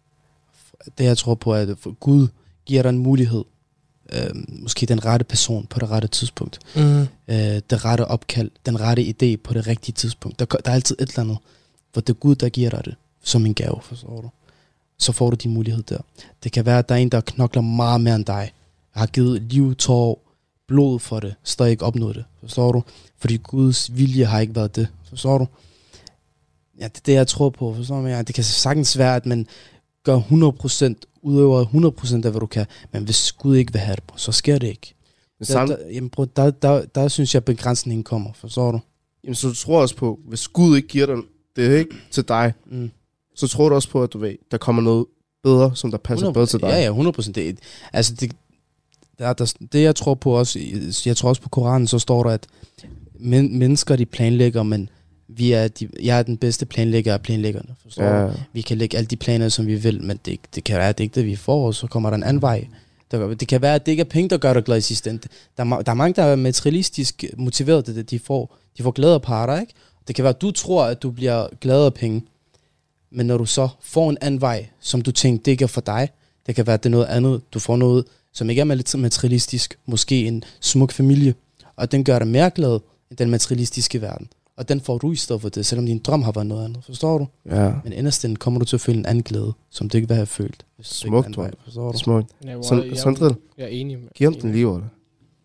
Det jeg tror på er, at Gud giver dig en mulighed. Øh, måske den rette person på det rette tidspunkt. Mm. Øh, det rette opkald, den rette idé på det rigtige tidspunkt. Der, der er altid et eller andet, hvor det er Gud, der giver dig det som en gave, forstår du. Så får du de mulighed der. Det kan være, at der er en, der knokler meget mere end dig. Har givet liv, tår, blod for det, stadig ikke opnået det, forstår du? Fordi Guds vilje har ikke været det, forstår du? Ja, det er det, jeg tror på, forstår du? Ja, det kan sagtens være, at man gør hundrede procent, udøver hundrede procent af, hvad du kan, men hvis Gud ikke vil have det, så sker det ikke. Men Der, sam- der, jamen, bro, der, der, der synes jeg, begrænsningen kommer, forstår du? Jamen, så du tror også på, hvis Gud ikke giver dig det ikke til dig, Mm. så tror du også på, at du ved, der kommer noget bedre, som der passer bedre til dig. Ja, ja, hundrede procent. Det, altså, det, der, der, det jeg tror på også, jeg tror også på Koranen, så står der, at men, mennesker, de planlægger, men vi er de, jeg er den bedste planlægger af planlæggerne, forstår Ja. du? Vi kan lægge alle de planer, som vi vil, men det, det kan være, at det ikke er det, vi får, og så kommer der en anden vej. Der, det kan være, at det ikke er penge, der gør dig glad i sidste ende. Der, er ma- der er mange, der er materialistisk motiveret til det, de får. De får glæde af parter, ikke? Det kan være, at du tror, at du bliver glad af penge, men når du så får en anden vej, som du tænker, det ikke er for dig, det kan være, at det er noget andet. Du får noget, som ikke er lidt materialistisk. Måske en smuk familie. Og den gør dig mere glad end den materialistiske verden. Og den får du i stedet for det, selvom din drøm har været noget andet. Forstår du? Ja, Men inderst inde kommer du til at føle en anden glæde, som du ikke vil have følt. Hvis du ikke er en Smukt, anden vej. drøm. Forstår du? smukt. Ja, hvor Sådan, jeg, Sondre, jeg er enig med. giv ham den lige over det.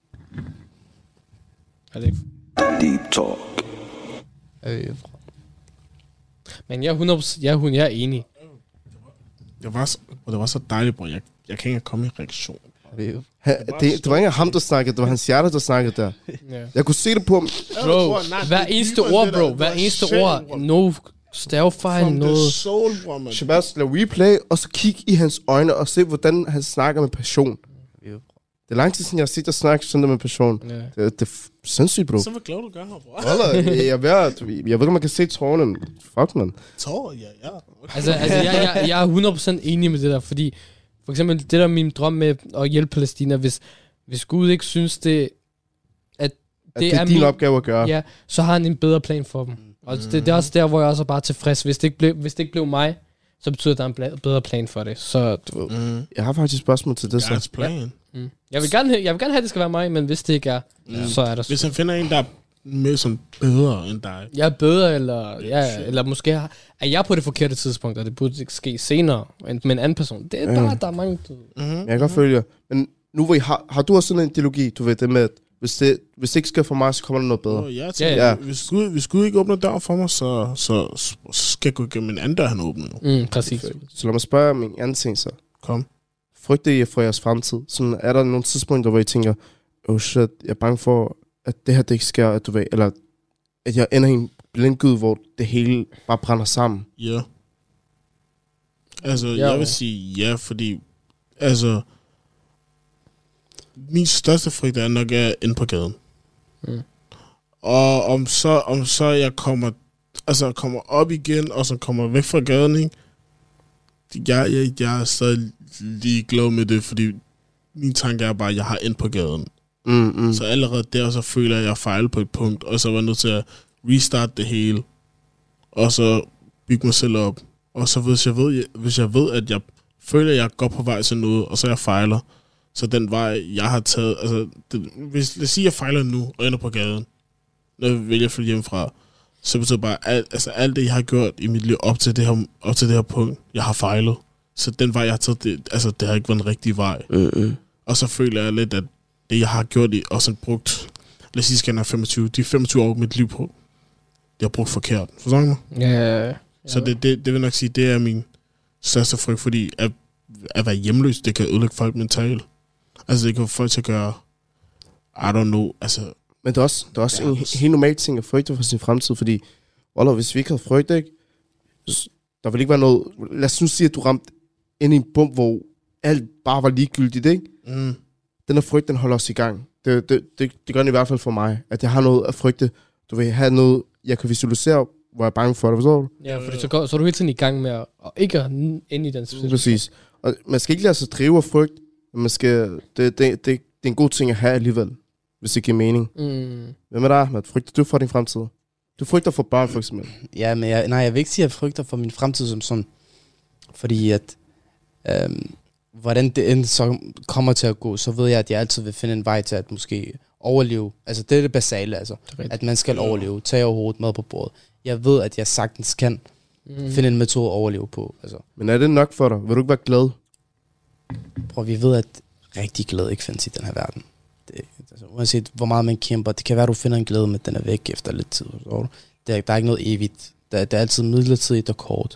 Er det ikke? Øh, Men jeg er hundrede procent, jeg er, hun- jeg er enig. Det var så, og det var så dejligt, bror. Jeg, jeg kan ikke komme i reaktion. øh, Ha, det, det var ikke ham, der snakkede, det var hans hjerte, der snakkede der. Ja. Jeg kunne se det på ham. Bro, hver eneste ord, bro. Hver eneste ord. No stavefejl, From noget. the soul, bror, man. Shabazz, lad replay, og så kig i hans øjne, og se, hvordan han snakker med passion. øh. Det er lang tid siden, jeg har set dig snakke sådan der med passion. Ja. Det, det er f- sindssygt, bro. Så hvad glad du gør her, bror. Wallah, jeg, jeg, ved, at- jeg ved ikke, om man kan se tårerne. men Fuck, man. Tår, ja, ja. Altså, altså jeg, jeg, jeg er hundrede procent enig med det der, fordi for eksempel det der min drøm med at hjælpe Palæstina, hvis, hvis Gud ikke synes det, at At det, det er er din min, opgave at gøre. ja, så har han en bedre plan for dem. Og det, det er også der, hvor jeg også er bare tilfreds. Hvis det ikke blev, hvis det ikke blev mig, så betyder det, at der er en bla- bedre plan for det. Så du ved. Mm. Jeg har faktisk et spørgsmål til det, så. God's plan. Mm. Jeg vil gerne, jeg vil gerne have, at det skal være mig, men hvis det ikke er, Ja. så er der Hvis så. han finder en, der er mere sådan bedre end dig. Jeg er bedre, eller, ja, eller måske har, er jeg på det forkerte tidspunkt, og det burde ikke ske senere end med en anden person. Det, der, Ja. der er mange... Du, Mm-hmm. Jeg kan godt følge jer. Men nu hvor I har, har du også sådan en ideologi, du ved det med, at hvis det, hvis det ikke sker for mig, så kommer der noget bedre. Oh, ja, til, Ja, ja, ja. Hvis, Gud, hvis Gud ikke åbner dør for mig, så, så, så skal jeg gå igennem en anden dør, han åbner jo. mm, præcis. Så lad mig spørge om en anden ting så. Kom. Frygter I for jeres fremtid? Sådan, er der nogle tidspunkter, hvor I tænker, oh shit, jeg er bange for, at det her det ikke sker, at du ved, eller at jeg ender i en blindgyde, hvor det hele bare brænder sammen? Ja. Altså, Ja, jeg vil jo. sige ja, fordi... Altså... Min største frygt er nok at ende på gaden. Mm. Og om så, om så jeg kommer... Altså, kommer op igen, og så kommer væk fra gaden, ikke? Jeg, jeg, jeg er stadig ligeglad med det, fordi min tanke er bare, at jeg har endt på gaden. Mm, mm. Så allerede der, så føler jeg, at jeg fejler på et punkt, og så var jeg nødt til at restarte det hele, og så bygge mig selv op. Og så hvis jeg ved, hvis jeg ved at jeg føler, at jeg går på vej til noget, og så jeg fejler, så den vej, jeg har taget, altså, det, hvis, lad os sige, at jeg fejler nu, og ender på gaden, når jeg vælger at flytte hjemmefra, så betyder bare, alt, altså alt det, jeg har gjort i mit liv op til det her, op til det her punkt, jeg har fejlet. Så den vej, jeg har taget, det, altså, det har ikke været en rigtig vej. Mm-hmm. Og så føler jeg lidt, at det, jeg har gjort, i, og sådan brugt, lad os sige, skal jeg have femogtyve, de femogtyve år mit liv på, det har brugt forkert. Forstår du mig? Ja, ja. Så det, det, det vil nok sige, det er min største frygt, fordi at, at være hjemløs, det kan ødelægge folk mentalt. Altså, det kan få folk til at gøre, I don't know, altså, Men det er også, det er også ja, en helt normal ting at frygte for sin fremtid, fordi, Wallah, hvis vi ikke havde frygtet, ikke, der ville ikke være noget... Lad os nu sige, at du ramte ind i en bump, hvor alt bare var ligegyldigt, ikke? Mm. Den her frygt, den holder os i gang. Det, det, det, det gør den i hvert fald for mig, at jeg har noget at frygte. Du vil have noget, jeg kan visualisere, hvor jeg er bange for det, forstår du? Ja, fordi så, går, så er du hele tiden i gang med at, at ikke at ind i den situation. Præcis. Og man skal ikke lade sig drive af frygt, men man skal, det, det, det, det er en god ting at have alligevel, hvis det giver mening. Mm. Hvem er der, Ahmed? Frygter du for din fremtid? Du frygter for børn, for eksempel. Ja, men jeg, nej, jeg vil ikke sige, at jeg frygter for min fremtid som sådan. Fordi at, øhm, hvordan det end så kommer til at gå, så ved jeg, at jeg altid vil finde en vej til at måske overleve. Altså, det er det basale, altså. Det at man skal overleve. Tage overhovedet mad på bordet. Jeg ved, at jeg sagtens kan mm. finde en metode at overleve på. Altså. Men er det nok for dig? Vil du ikke være glad? Prøv, vi ved, at rigtig glæde ikke findes i den her verden. Det, altså, uanset hvor meget man kæmper, det kan være, at du finder en glæde, men den er væk efter lidt tid. Så der, der er ikke noget evigt. Der, der er altid midlertidigt og kort.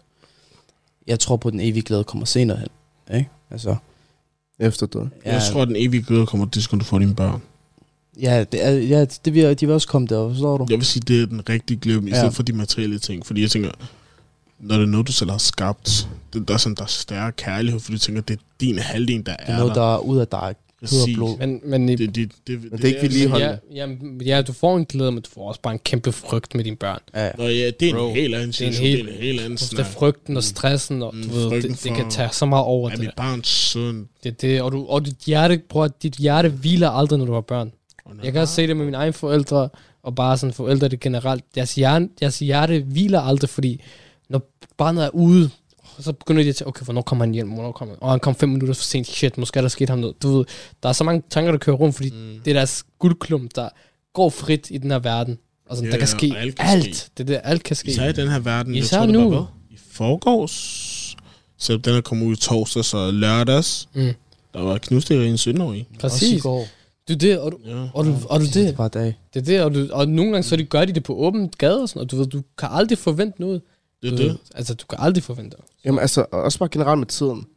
Jeg tror på, at den evige glæde kommer senere hen. Ikke? Altså, efter det. Ja, jeg tror, at den evige glæde kommer, det skal du få dine børn. Ja, det er, ja det vil, de vil også komme der, forstår du? Jeg vil sige, det er den rigtige glæde, i stedet ja. for de materielle ting. Fordi jeg tænker, når det er noget, du selv har skabt, det, der er sådan, der er stærre kærlighed, fordi du tænker, det er din halvdel, der er der. Det er noget, der er ud af dig. Blod. Men, men, det, det, det, det, men det er ikke vedligeholdende. Ja, ja, ja, du får en glæde, men du får også bare en kæmpe frygt med dine børn. Ja. Nå ja, det er en Bro, helt anden situation. Det er en helt anden snak. Det er frygten og stressen, og du ved, det, det kan tage så meget over det. Det mit barns søn. Det, det, og, du, og dit hjerte, bror, dit hjerte hviler aldrig, når du har børn. Oh, jeg kan også se det med mine egne forældre, og bare sådan forældre det generelt. Deres hjerte, deres hjerte hviler aldrig, fordi når barnet er ude, så begynder de at tænke, okay, hvornår kommer han hjem? Hvornår kommer han? Og han kom fem minutter for sent. Shit, måske er der sket ham noget. Du ved, der er så mange tanker, der kører rundt, fordi mm. det er deres guldklump, der går frit i den her verden. Altså, yeah, der kan ske alt. Kan alt. Ske. Det er det, alt kan ske. Især i den her verden. Især jeg tror, nu. Det var, I forgårs, så den er kommet ud i torsdag, så lørdags, mm. der var knustet i en sytten-årig. Præcis. Du det, og du, ja. og du, og du det. Det er det, og, du, og nogle gange så de gør de det på åben gade og sådan, og du ved, du kan aldrig forvente noget. Det er du det. Ved, altså, du kan aldrig forvente. Jamen altså, også bare generelt med tiden.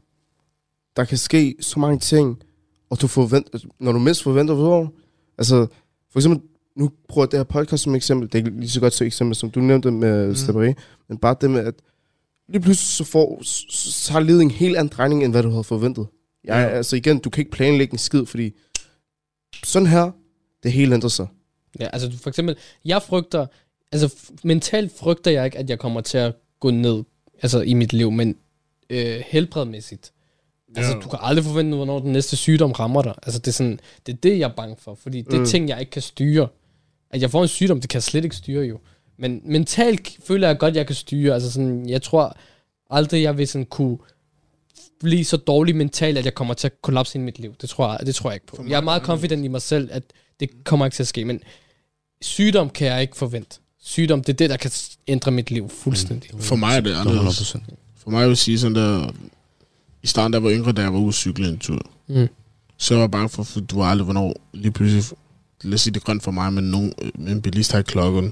Der kan ske så mange ting, og du forventer, når du mindst forventer, hvor, altså, for eksempel, nu prøver jeg det her podcast som eksempel, det er lige så godt så eksempel, som du nævnte med mm. Staberi, men bare det med, at lige pludselig så, får, så, så har livet en helt anden drejning, end hvad du havde forventet. Jeg, ja. Altså igen, du kan ikke planlægge en skid, fordi sådan her, det hele ændrer sig. Ja, altså for eksempel, jeg frygter, altså mentalt frygter jeg ikke, at jeg kommer til at gå ned, altså i mit liv, men øh, helbredmæssigt. Ja. Altså du kan aldrig forvente, hvornår den næste sygdom rammer dig. Altså det er sådan, det er det, jeg er bange for, fordi det er mm. ting, jeg ikke kan styre. At jeg får en sygdom, det kan jeg slet ikke styre jo. Men mentalt føler jeg godt, jeg kan styre. Altså sådan, jeg tror aldrig, jeg vil sådan kunne blive så dårlig mentalt, at jeg kommer til at kollapse i mit liv. Det tror jeg, det tror jeg ikke på. Jeg er meget confident i mig selv, at det kommer ikke til at ske, men sygdom kan jeg ikke forvente. Sygdom, det er det, der kan ændre mit liv fuldstændig. For mig er det anderledes. For mig vil sige sådan der, i starten, der var yngre, da jeg var ude at cykle en tur, mm. så var jeg bange for, for du var aldrig, hvornår lige pludselig, lad os sige det grønt for mig, men nogen, med en bilist har i klokken.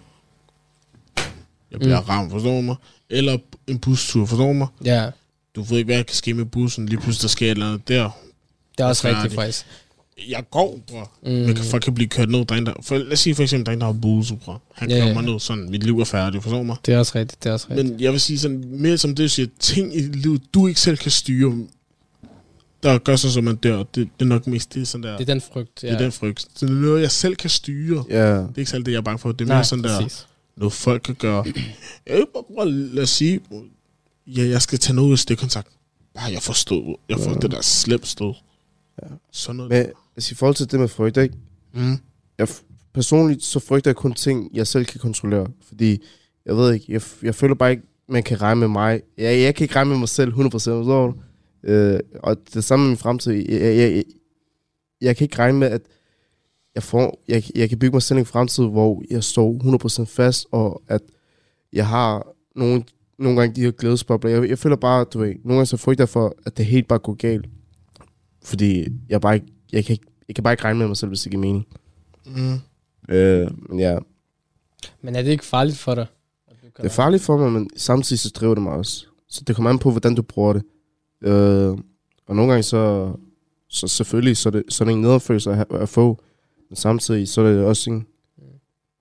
Jeg bliver mm. ramt, forstår mig? Eller en bustur, forstår mig? Ja. Du ved ikke, hvad der kan ske med bussen. Lige pludselig, der sker et eller andet der. Det er også rigtigt, faktisk. Jeg går, bror. Mm. Men folk kan blive kørt ned. Der der, for, lad os sige for eksempel, der er en, der har buse, bror. Han yeah. kommer ned sådan, mit liv er færdigt, forstår mig? Det er også rigtigt, det er også rigtigt. Men jeg vil sige sådan, mere som det, du siger, ting i livet, du ikke selv kan styre, der gør sådan, så man dør. Det, det er nok mest det sådan der. Det er den frygt, ja. Det er den frygt. Det er noget, jeg selv kan styre. Yeah. Det er ikke selv det, jeg er bange for. Det er mere Nej, sådan der, præcis. Noget folk kan gøre. Jeg bror, lad os sige, ja, jeg skal tage noget stikkontakt. Ja, jeg forstod. Jeg får ja. det der slemt stod. Ja. Sådan noget. Men altså, i forhold til det med frygt, ikke? Mm. Jeg, personligt så frygter jeg kun ting, jeg selv kan kontrollere. Fordi, jeg ved ikke, jeg, jeg føler bare ikke, man kan regne med mig. Jeg, jeg kan ikke regne med mig selv hundrede procent. Så, øh, og det samme med min fremtid. Jeg, jeg, jeg, jeg kan ikke regne med, at jeg, får, jeg, jeg kan bygge mig selv en fremtid, hvor jeg står hundrede procent fast, og at jeg har nogle, nogle gange de her glædesbobler. Jeg, jeg føler bare, du ved, nogle gange så frygter jeg for, at det helt bare går galt. Fordi jeg bare ikke, jeg kan, ikke, jeg kan bare ikke regne med mig selv, hvis det giver mening. Mm. Øh, men ja. Men er det ikke farligt for dig? Det er farligt for mig, men samtidig så driver det mig også. Så det kommer an på, hvordan du bruger det. Øh, og nogle gange så, så selvfølgelig, så er det, så er det en nederfølelse at, at få. Men samtidig så er det også en,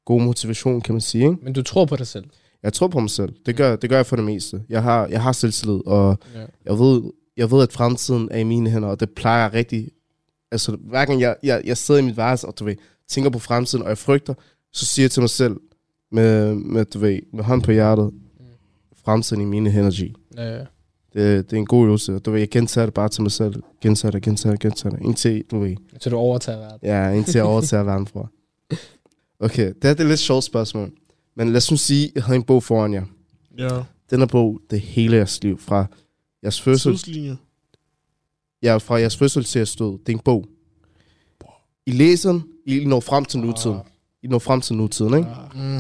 god motivation, kan man sige, ikke? Men du tror på dig selv? Jeg tror på mig selv. Det gør, det gør jeg for det meste. Jeg har, jeg har selvtillid, og ja. jeg, ved, jeg ved, at fremtiden er i mine hænder, og det plejer jeg rigtig... Altså, hver gang jeg, jeg, jeg sidder i mit værelse, og du ved, tænker på fremtiden, og jeg frygter, så siger jeg til mig selv, med, med, du ved, med hånd på hjertet, fremtiden i mine hænder, G. Ja, ja. Det, det er en god øvelse. Du ved, jeg gentager det bare til mig selv. Gentager det, gentager det, gentager det. Indtil, du ved... Indtil du overtager verden. Ja, indtil jeg overtager verden fra. Okay, det er et lidt sjovt spørgsmål. Men lad os nu sige, at jeg havde en bog foran jer. Ja. Den her bog, det er hele jeres liv. Fra jeres fødsel... Ja, fra jeres fødsel til jeres død. Det er en bog. I læser den, I når frem til nutiden. I når frem til nutiden, ikke? Mm.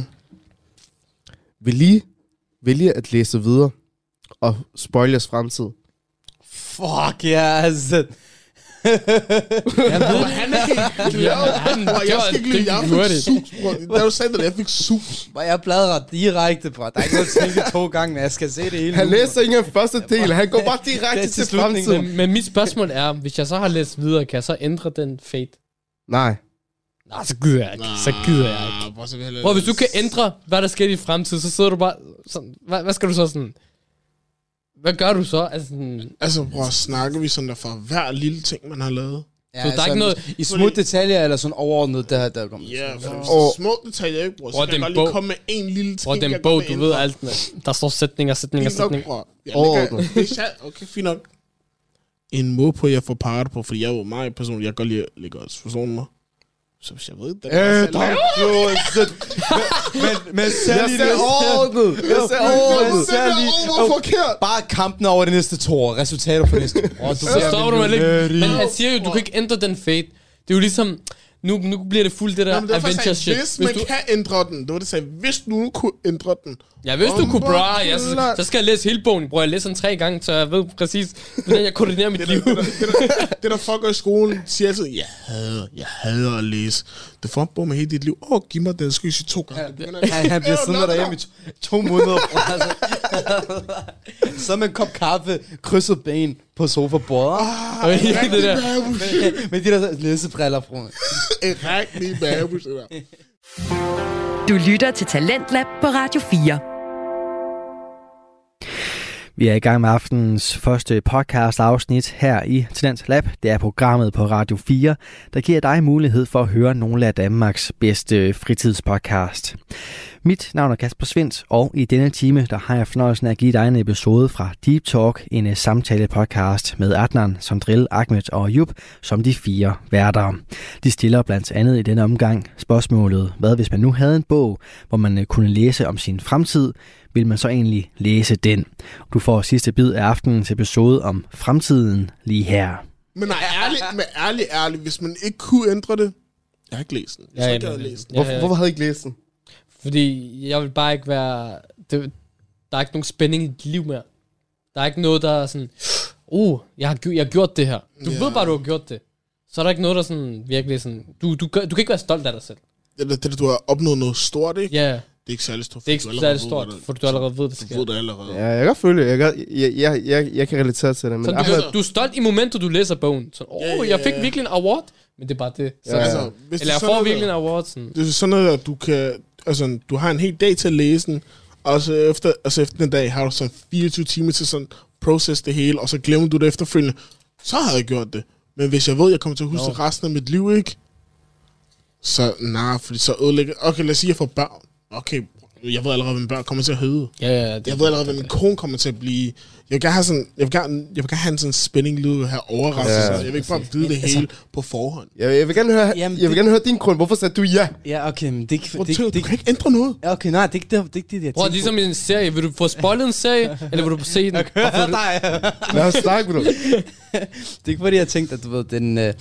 Vil I vælge at læse videre og spoil jeres fremtid? Fuck, ja, altså. Jeg ved, Han er helt glad. han, Bro, jeg skal ikke lide, jeg fik sus, bro. Da du sagde det, jeg fik sus. Hvor jeg bladrer direkte, bro. Der er ikke noget at tænke to gange, men jeg skal se det hele. Han nu, læser ikke engang første del. Han går bare direkte til til slutningen. fremtiden. men, men mit spørgsmål er, hvis jeg så har læst videre, kan jeg så ændre den fate? Nej. Nej, så gider jeg ikke. Så gider jeg ikke. Bro, hvis du kan ændre, hvad der sker i fremtiden, så sidder du bare sådan, hvad, hvad skal du så sådan... Hvad gør du så? Altså, sådan, Altså, bror, snakker vi sådan der for hver lille ting, man har lavet? Ja, så der er ikke noget... I små detaljer, eller sådan overordnet, der, der kommer. Ja, for ja. hvis det er små detaljer, ikke, bror, så Bror, kan jeg den godt bog- lige komme med en lille ting. Bror, den jeg bog, godt du vil ved ændre. alt med. Der står sætninger, sætninger, Fint nok, sætninger. bror. Jeg Overordnet. lægger- Hvis jeg... Okay, fint nok. En måde på, jeg får parret på, fordi jeg er jo meget person, jeg kan godt lide at lægge os forstå mig. Så hvis jeg ved, det Øh, er der er men, men, men særlig jeg ser overordnet. Jeg ser overordnet. Det er overordnet forkert. Bare kampen over det næste to år. Resultater for næste år. Du Så står du med lidt. Men han siger jo, du kan ikke ændre den fate. Det er jo ligesom... Nu, nu bliver det fuldt det der Nå, men det var faktisk, adventure shit. hvis man du, kan ændre den. Det var det, sagde, hvis du nu kunne ændre den. ja, hvis du Om kunne, bro, hvor ja, så, klart. så skal jeg læse hele bogen, bro. Jeg læser den tre gange, så jeg ved præcis, hvordan jeg koordinerer mit Det liv. der, det, der, det, der, det der fucker i skolen, siger altid, jeg hader, jeg hader at læse. Det får en bog med hele dit liv. Åh, oh, giv mig den, skal jeg sige to gange. Han, han bliver siddende derhjemme i to, to måneder. Bro, altså. Så med en kop kaffe, krydset ben på sofabordet. Og ikke det der. Med, med de der læsebriller, bro. En rigtig babus, det der. Du lytter til Talentlab på Radio fire. Vi er i gang med aftenens første podcast-afsnit her i Talent Lab. Det er programmet på Radio fire, der giver dig mulighed for at høre nogle af Danmarks bedste fritidspodcast. Mit navn er Kasper Svindt, og i denne time der har jeg fornøjelsen af at give dig en episode fra Deep Talk, en samtale-podcast med Adnan, Sondril, Ahmed og Ayub som de fire værter. De stiller blandt andet i denne omgang spørgsmålet, hvad hvis man nu havde en bog, hvor man kunne læse om sin fremtid, vil man så egentlig læse den? Du får sidste bid af aftenens episode om fremtiden lige her. Men nej, ærligt, men ærligt, ærligt, hvis man ikke kunne ændre det, jeg har ikke læst den. Jeg Ja, ja, ikke ja, havde læst den. ja, Hvorfor, ja. hvorfor havde I ikke læst den? Fordi jeg vil bare ikke være... Det, der er ikke nogen spænding i dit liv mere. Der er ikke noget, der er sådan... Uh, jeg har, gj- jeg har gjort det her. Du Ja. ved bare, du har gjort det. Så er der ikke noget, der sådan virkelig sådan... Du, du, gør- du kan ikke være stolt af dig selv. Det, det, det, du har opnået noget stort, ikke? Ja, Det er ikke særlig stort. det er ikke for du særlig allerede stort, ved, hvad for du allerede ved, det der- sker. Du ved det allerede. Ja, jeg kan godt følge det. Jeg, kan- jeg, jeg, jeg, jeg kan relatere til det. Men Så du, Ahmed, du er stolt i momentet, du læser bogen. Så, åh, Ja, ja, jeg fik ja. virkelig en award. Men det er bare det. Så, Ja, ja. Altså, hvis eller jeg det er får sådan virkelig en noget, award. Sådan. det er sådan noget, at du kan... Altså, du har en hel dag til at læse den, og så efter, altså efter den dag har du sådan fireogtyve timer til sådan process det hele, og så glemmer du det efterfølgende. Så har jeg gjort det. Men hvis jeg ved, at jeg kommer til at huske Nå. det resten af mit liv, ikke? Så nej, fordi så ødelægger... Okay, lad os sige, at jeg får børn. Okay, jeg ved allerede, hvad mine børn kommer til at hedde. Ja, ja, det, Jeg ved allerede, hvad min kone kommer til at blive. Jeg vil gerne have sådan, jeg vil gerne, jeg vil gerne have en sådan spænding lyd her overraskelse. Ja. Jeg vil ikke bare vide det hele på forhånd. jeg, jeg, vil gerne høre, Jamen, jeg vil det- gerne høre din grund. Hvorfor sagde du ja? Ja, okay, men det er ikke... Prøv, Det, det, det, du kan ikke ændre noget. ja, okay, nej, det er ikke det, det, er ikke det, jeg Bror, tænker ligesom i en serie. Vil du få spoilet en serie, eller vil du se den? på. Nej. Lad os snakke med dig. Det er ikke fordi, jeg tænkte, at du ved, den... Øh,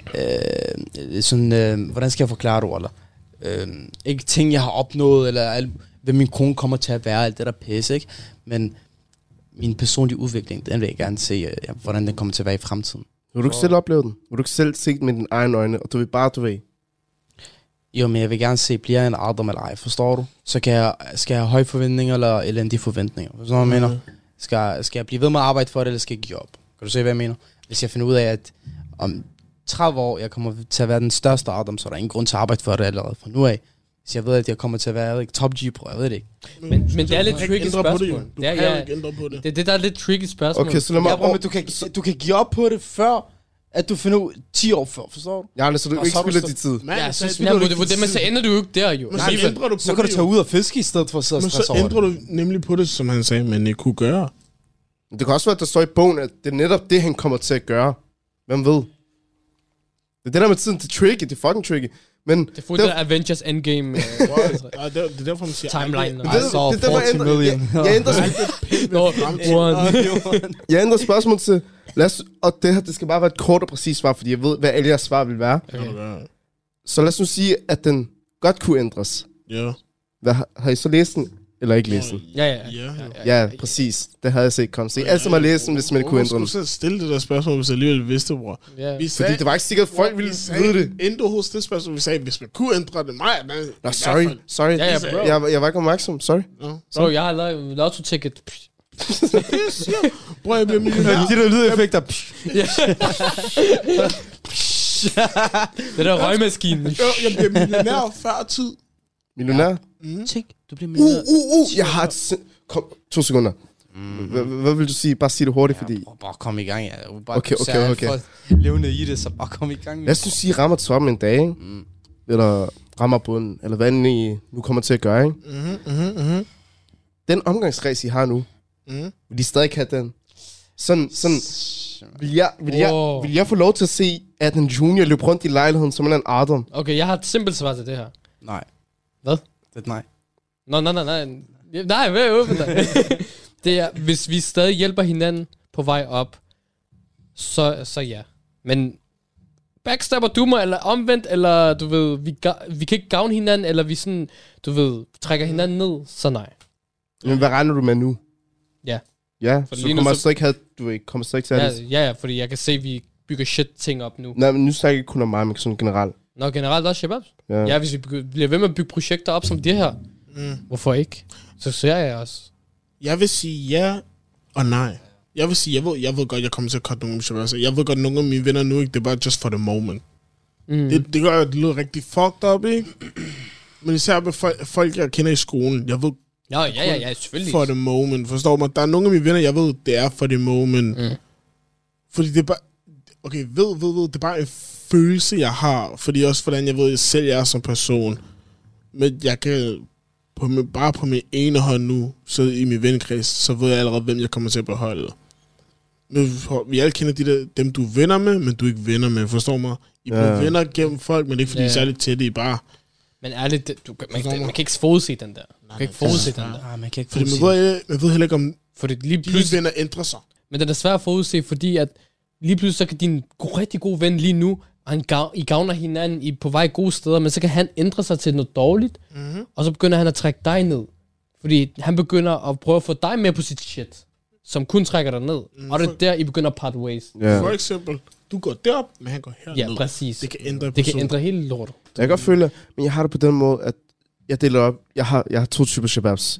øh, sådan, øh, hvordan skal jeg forklare det, eller? Øh, ikke ting, jeg har opnået, eller alt, hvad min kone kommer til at være, alt det der pisse, ikke? Men min personlige udvikling, den vil jeg gerne se, øh, ja, hvordan den kommer til at være i fremtiden. Vil du ikke selv opleve den? Vil du ikke selv se den med dine egne øjne? Og du vil bare, du ved. Jo, men jeg vil gerne se, bliver jeg en Adam eller ej, forstår du? Så kan jeg, skal jeg have høje forventninger, eller elendige forventninger? Forstår du, hvad jeg mener? Skal, skal jeg blive ved med at arbejde for det, eller skal jeg give op? Kan du se, hvad jeg mener? Hvis jeg finder ud af, at om tredive år, jeg kommer til at være den største Adam, så er der ingen grund til at arbejde for det allerede fra nu af. Så jeg ved, at jeg kommer til at være ikke, top G-pro, jeg ved det ikke. Men, men det er lidt Du kan tricky ikke ændre på det, jo. spørgsmål. Du Det er, kan ja, ikke ændre på det. det er det, der er lidt tricky spørgsmål. Okay, så lad mig... Ja, bro, men du kan, du kan give op på det før, at du finder ud ti år før, forstår du? Ja, så du Og ikke så er du spilder så- din tid. Man, Ja, så, så, ja, det, det, men så ender du jo ikke der, jo. men så Nej, ændrer du på Så kan du det, tage jo. ud og fiske i stedet for at sidde og Men stresse så over ændrer det. du nemlig på det, som han sagde, man ikke kunne gøre. Det kan også være, at der står i bogen, at det er netop det, han kommer til at gøre. Hvem ved? Det er det der med tiden, det er tricky, det er fucking tricky. Men det er fuldt af Avengers Endgame. øh, Ja, det, er, det er derfor, man siger... Timeline. Men det, I saw det, det, det, forty ændrer, million. jeg, jeg, ændrer, Nå, one. jeg ændrer spørgsmål til, lad os, og det her, det skal bare være et kort og præcist svar, fordi jeg ved, hvad alle jeres svar vil være. Okay. Så lad os nu sige, at den godt kunne ændres. Ja. Hvad, har, har I så læst den, eller ikke læst den? Ja, ja. Ja. Ja, præcis. Det havde jeg set komme. Så I alle sammen har læst den, hvis man ikke kunne ændre den. Hvorfor skulle du så stille det der spørgsmål, hvis jeg alligevel vidste, bror? Ja. Vi sagde, Fordi det var ikke sikkert, at folk ville vide det. Inden du hos det spørgsmål, vi sagde, hvis man kunne ændre det, mig, man, Nå, sorry, sorry. Ja, ja, bro. Jeg, jeg var ikke opmærksom, sorry. No. Bro, jeg har lavet lotto-ticket. Bror, jeg bliver millionær. De der lydeffekter. Det der røgmaskine. Jeg, jeg bliver millionær før tid. Millionær? Tænk, du bliver Uh, millionær. uh, uh, jeg har et... sin- Kom, to sekunder. Hvad- Hvad vil du sige? Bare sig det hurtigt, fordi... Ja, bare kom i gang, ja. Bare Okay, okay, ser okay. folk levende i det, så bare kom i gang. Lad os nu sige, rammer toppen en dag, ikke? Mm. Eller rammer bunden, eller hvad end I nu kommer til at gøre, ikke? Mhm, mhm, mhm. Den omgangskreds, I har nu, Mhm. vil de stadig have den? Sådan, sådan... Vil jeg, vil, jeg, Wow. vil jeg få lov til at se, at en junior løb rundt i lejligheden som en Adam? Okay, jeg har et simpelt svar til det her. Nej. Hvad? Det er nej. Nå, nej, nej, nej. Nej, hvad er åbent dig? Det er, hvis vi stadig hjælper hinanden på vej op, så, så ja. Men backstabber du mig, eller omvendt, eller du ved, vi, ga- vi kan ikke gavne hinanden, eller vi sådan, du ved, trækker hinanden ned, så nej. Men hvad regner du med nu? Ja. Ja, For så lige nu kommer jeg så- så ikke have... Du ved, kommer så ikke til Ja, at... ja, ja, fordi jeg kan se, at vi bygger shit ting op nu. Nej, men nu snakker jeg ikke kun om mig, men sådan generelt. Nå, generelt også shababs. Ja. Ja, hvis vi begy- bliver ved med at bygge projekter op som det her, Mm. hvorfor ikke? Så ser jeg også. Jeg vil sige ja og nej. Jeg vil sige, jeg ved, jeg ved godt, jeg kommer til at cutte nogle af mine Jeg ved godt, nogle af mine venner nu ikke, det er bare just for the moment. Mm. Det, det gør, at det lyder rigtig fucked up, ikke? Men især med folk, folk, jeg kender i skolen, jeg ved Ja, ja, ja, ja, selvfølgelig. for the moment, forstår man? Der er nogle af mine venner, jeg ved, det er for the moment. Mm. Fordi det er bare... Okay, ved, ved, ved, det er bare en følelse, jeg har. Fordi også, hvordan jeg ved, jeg selv er som person. Men jeg kan... På min, bare på min ene hånd nu, så i min vennekreds, så ved jeg allerede, hvem jeg kommer til at beholde. Men vi alle kender de der, dem, du er venner med, men du er ikke venner med, forstår mig? I bliver Ja. venner gennem folk, men det er ikke, fordi Ja. I er særligt tætte, I er bare... Men ærligt, det- du, kan- man, Forstår man, mig? man kan ikke forudse den der. Du kan ikke forudse den der. Nej, man kan ikke Fordi forudse man ved, man ved heller ikke, om Fordi lige de pludselig, venner ændrer sig. men den er svær at forudse, fordi at lige pludselig så kan din go- rigtig gode ven lige nu, og han gav, I gavner hinanden I er på vej gode steder, men så kan han ændre sig til noget dårligt, Mm-hmm. og så begynder han at trække dig ned. Fordi han begynder at prøve at få dig med på sit shit, som kun trækker dig ned. Mm, Og det er for- der, I begynder at part ways. Ja. For eksempel, du går derop, men han går herned. Ja, præcis. Det kan ændre Det kan personen. ændre hele lortet. Jeg kan godt føle, men jeg har det på den måde, at jeg deler op. Jeg har, jeg har to typer shababs.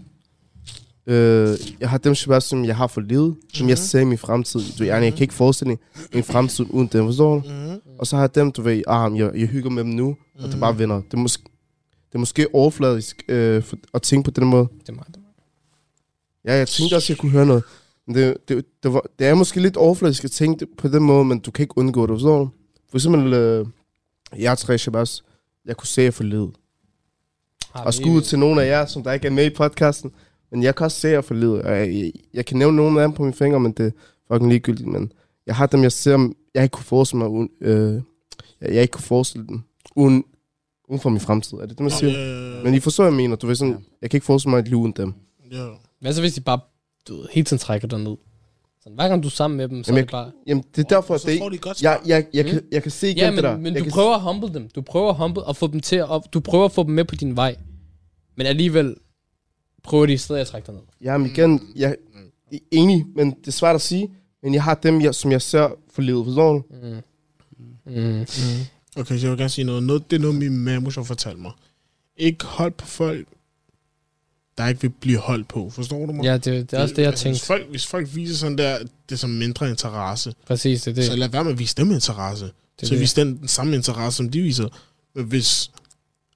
Øh, jeg har dem shababs, som jeg har for livet, som jeg ser i min fremtid. Du, jeg, jeg kan ikke forestille mig min fremtid uden dem, forstår du? Mm-hmm. Og så har jeg dem, du ved, ah, jeg, jeg hygger med dem nu, og det er bare venner. Det er måske, det er måske overfladisk øh, for, at tænke på den måde. Det er meget. Ja, jeg tænkte også, at jeg kunne høre noget. Men det, det, det, var, det er måske lidt overfladisk at tænke det på den måde, men du kan ikke undgå det, forstår du? For eksempel, øh, jeg har tre shababs, jeg kunne se jer for livet. Og skud til nogle af jer, som der ikke er med i podcasten. Men jeg kan også se jer for livet. Og jeg, jeg, jeg kan nævne nogle af dem på mine fingre, men det er fucking ligegyldigt. Men jeg har dem, jeg ser, jeg ikke kunne forestille mig uden, øh, jeg, jeg ikke kunne forestille dem uden, uden for min fremtid. Er det det, man siger? Ja, Men I forstår, hvad jeg mener. Du ved sådan, jeg kan ikke forestille mig et liv uden dem. ja. Hvad så hvis de bare, du ved, hele tiden trækker dig ned? Så hver gang du er sammen med dem, så Jamen, er det bare... Jamen, det er derfor, at Så det får ikke... de godt Jeg, svar. jeg, jeg, Mm. kan, jeg kan se igen Ja, det der. men, men Jeg du kan prøver at humble dem. Du prøver at humble og få dem til at... Du prøver at få dem med på din vej. Men alligevel prøver de i stedet at trække dig ned. Ja, men igen, jeg er enig, men det er svært at sige. Men jeg har dem, jeg, som jeg ser for livet, forstår du? Mm. Mm. Okay, så jeg vil gerne sige noget. noget det er noget, min mamma har fortalt mig. Ikke hold på folk, der ikke vil blive holdt på. Forstår du mig? Ja, det, det er også det, jeg altså, hvis tænkte. folk, hvis folk viser sådan der, det er som mindre interesse, Præcis, det er det. så lad være med at vise dem interesse. Det er Så det. vis den, den samme interesse, som de viser. Men hvis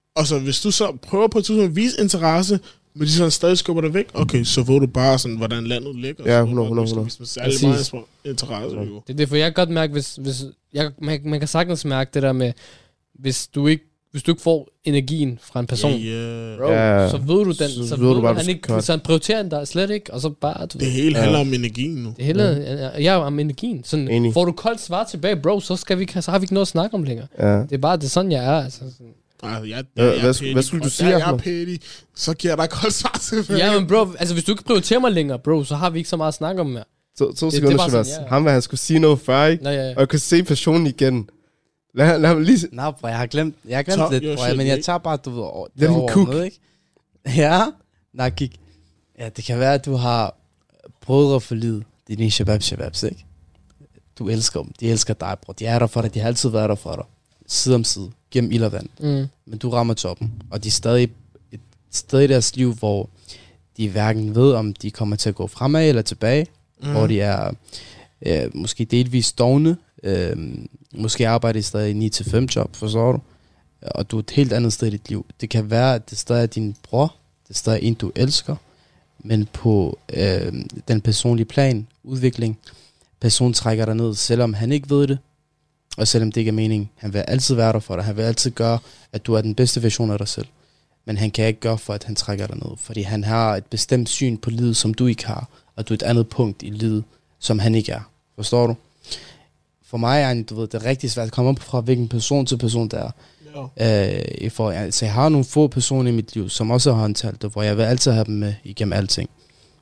Og så hvis du så prøver på et tidspunkt at vise interesse, men de sådan stadig skubber dig væk, okay, så får du bare sådan, hvordan landet ligger. Ja, hundrede, hundrede, hundrede. Hvis man særlig meget interesse, jo. Det er det, for jeg kan godt mærke, hvis, hvis jeg, man, man kan sagtens mærke det der med, hvis du ikke, hvis du ikke får energien fra en person, yeah, yeah. bro, Ja, så ved du den, så, så ved du bare, han ikke, så han prioriterer den der slet ikke, og så bare, du det ved, hele ja. handler om energien nu. det hele, ja, ja, om energien. Sådan, Enig. får du koldt svar tilbage, bro, så, skal vi, så har vi ikke noget at snakke om længere. Ja. Det er bare, det er sådan, jeg er. Altså, sådan. Altså, jeg, Hvad- jeg, jeg hvad- er petty, hvad skulle du og sige, der jeg er Ahmed? petty, så giver jeg dig koldt svar tilbage. Ja, men bro, altså hvis du ikke prioriterer mig længere, bro, så har vi ikke så meget at snakke om mere. To, to det er sekunder, bare Shabazz. sådan, ja. Ham, hvad han skulle sige noget før, ikke? Nå, ja, ja. Og jeg kunne se personen igen. Lad, lad ham lige... Nej, bro, jeg har glemt, jeg har Top glemt lidt, your bro, shit, men jeg mate. tager bare, du ved, over, Let him over cook. med, ikke? Ja, nej, gik. Ja, det kan være, at du har brødre for livet. Det er dine shabab shababs, ikke? Du elsker dem, de elsker dig, bro. De er der for dig, de har altid været der for dig. Side om side, gennem ild og vand. Mm. Men du rammer toppen, og de er stadig et sted i deres liv, hvor de hverken ved, om de kommer til at gå fremad eller tilbage, mm. hvor de er øh, måske delvis dovne, øh, måske arbejder de stadig ni til fem job, forstår du? Og du er et helt andet sted i dit liv. Det kan være, at det stadig er din bror, det er stadig en, du elsker, men på øh, den personlige plan, udvikling, personen trækker dig ned, selvom han ikke ved det, og selvom det ikke er meningen. Han vil altid være der for dig. Han vil altid gøre, at du er den bedste version af dig selv. Men han kan ikke gøre for, at han trækker dig ned. Fordi han har et bestemt syn på livet, som du ikke har. Og du er et andet punkt i livet, som han ikke er. Forstår du? For mig er du ved, det er rigtig svært at komme op fra, hvilken person til person der er. Ja. Øh, for, altså, jeg har nogle få personer i mit liv, som også har håndtalt det, hvor jeg vil altid have dem med igennem alting.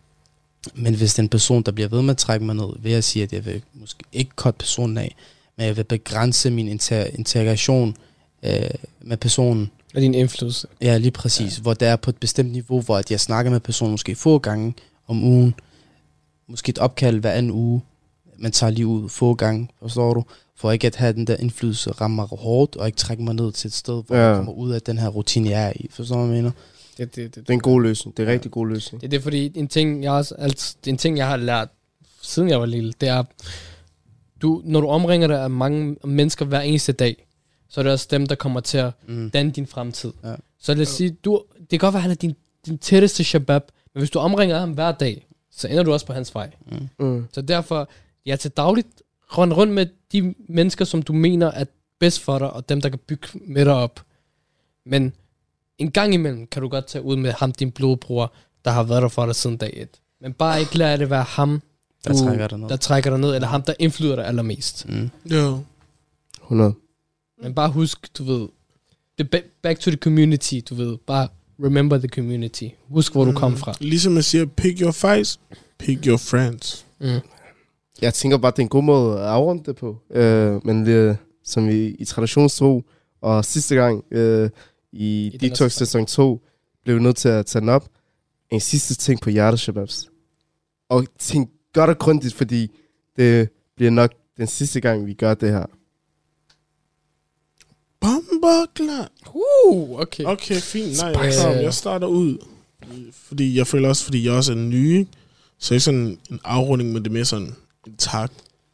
Men hvis det er en person, der bliver ved med at trække mig ned, vil jeg sige, at jeg vil måske ikke cut personen af, men jeg vil begrænse min inter- interaktion øh, med personen. Og din indflydelse. Ja, lige præcis. Ja. Hvor det er på et bestemt niveau, hvor at jeg snakker med personen måske få gange om ugen. Måske et opkald hver anden uge. Man tager lige ud få gange, forstår du? For ikke at have den der indflydelse rammer hårdt, og ikke trække mig ned til et sted, hvor ja. jeg kommer ud af den her rutine, jeg er i. Forstår du, hvad jeg mener? Det, det, det, Det er en god løsning. Det er en rigtig god løsning. Det er det, fordi en ting, jeg også, altså, det er en ting, jeg har lært, siden jeg var lille, det er, du, når du omringer dig af mange mennesker hver eneste dag, så er det også dem, der kommer til at Mm. danne din fremtid. Ja. Så lad os sige, du, det kan godt være, at han er din, din tætteste shabab, men hvis du omringer ham hver dag, så ender du også på hans vej. Mm. Mm. Så derfor, ja, til dagligt, rund rundt med de mennesker, som du mener er bedst for dig, og dem, der kan bygge med dig op. Men en gang imellem kan du godt tage ud med ham, din blodbror, der har været der for dig siden dag et. Men bare ikke lade det være ham, Der du, trækker dig ned. der trækker dig ned, eller ham, der indflyder dig allermest. Mm. Ja. hundrede. Men bare husk, du ved, det back, back to the community, du ved, bare remember the community. Husk, hvor mm. du kom fra. Ligesom man siger, pick your fights, pick your friends. Mm. Jeg tænker bare, det er en god måde at afrunde det på. Øh, men det, som vi i traditionstro, og sidste gang øh, i, I I den Detox sæson. sæson to, blev vi nødt til at tage den op. En sidste ting på hjertet, Shababs. Og tænk godt og grundigt, fordi det bliver nok den sidste gang, vi gør det her. Bomboklar. Uh, okay. Okay, fint. Nej, Spicy. jeg, jeg starter ud. Fordi jeg føler også, fordi jeg også er ny, ikke? Så ikke sådan en afrunding, men det er mere sådan en tak.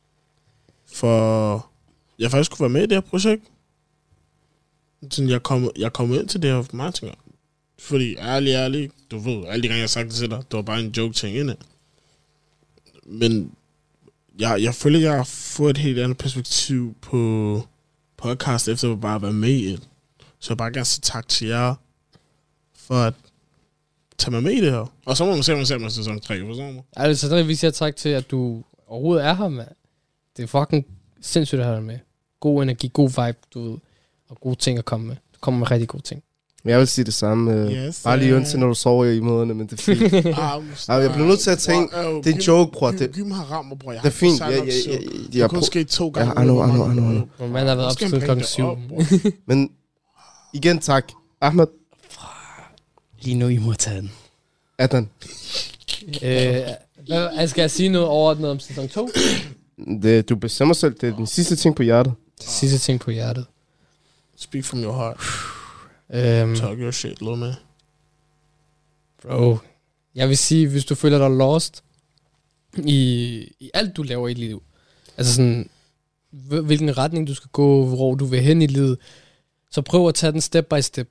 For jeg faktisk kunne være med i det her projekt. Sådan, jeg kom, jeg kom ind til det her for mange ting. Fordi ærlig, ærlig, du ved, alle de gange jeg har sagt det til dig, det var bare en joke-ting inde. Men jeg, jeg føler, jeg har fået et helt andet perspektiv på podcast, efter at bare være med i det. Så jeg vil bare gerne sige tak til jer, for at tage mig med i det her. Og så må man se, om man ser mig sæson tre, forstår du? Altså, så vil jeg tak til, at du overhovedet er her, mand. Det er fucking sindssygt at have dig med. God energi, god vibe, du ved. Og gode ting at komme med. Du kommer med rigtig gode ting. Jeg vil sige det samme. Øh, Yes, bare lige uh, undtil, når du sover i måderne, men det er fint. Ah, Ej, jeg bliver nødt til at tænke, det er en joke, bror. Giv, Det, giv mig harammer, bror. Jeg det er har fint. sign Jeg, up jeg, show. jeg, jeg, Det jeg, kun jeg, ske to gange. Ja, I know, I know, I know, I know. Hvor man har været op Skal til man klokken bringe syv. det op, bror? Men igen tak. Ahmed, Lige nu, I må tage den. Adnan. øh, hvad, skal jeg sige noget overordnet om sæson to? Det, du bestemmer selv. Det er den sidste ting på hjertet. Sidste ting på hjertet. Speak from your heart. Øhm, Talk your shit, little man. bro, jeg vil sige, hvis du føler dig lost i, i alt, du laver i dit liv, altså sådan, hvilken retning du skal gå, hvor du vil hen i livet, så prøv at tage den step by step.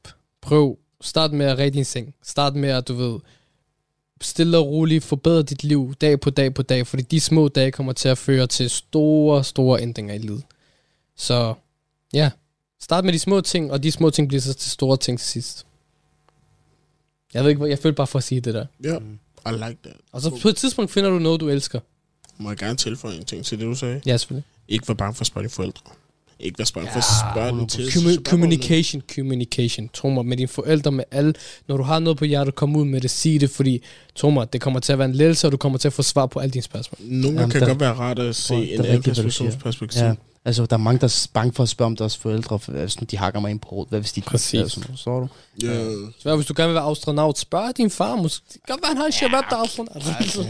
prøv, start med at redde din seng. Start med at, du ved, stille og roligt forbedre dit liv dag på dag på dag, fordi de små dage kommer til at føre til store, store ændringer i livet. Så ja, start med de små ting, og de små ting bliver så til store ting til sidst. Jeg ved ikke, jeg føler bare for at sige det der. Ja, yeah, I like that. Og så på et tidspunkt finder du noget, du elsker. Må jeg gerne tilføje en ting til det, du sagde? Ja, selvfølgelig. Ikke være bange for at spørge dine forældre. Ikke være bange for at spørge dem til. Commun- communication, communication. Tro mig, med dine forældre, med alle. Når du har noget på hjertet, kom ud med det, sig det, fordi tro mig, det kommer til at være en lettelse, og du kommer til at få svar på alle dine spørgsmål. Nogle gange kan det godt være rart at se Bro, en anden persons perspektiv. Ja. Altså, der er mange, der er bange for at spørge om deres forældre, for, hvis de hakker mig ind på råd. Hvad hvis de Præcis. Sådan noget, så du? Ja. Så hvis du gerne vil være astronaut, spørg din far. Måske det kan være, han har en shabab, der er astronaut.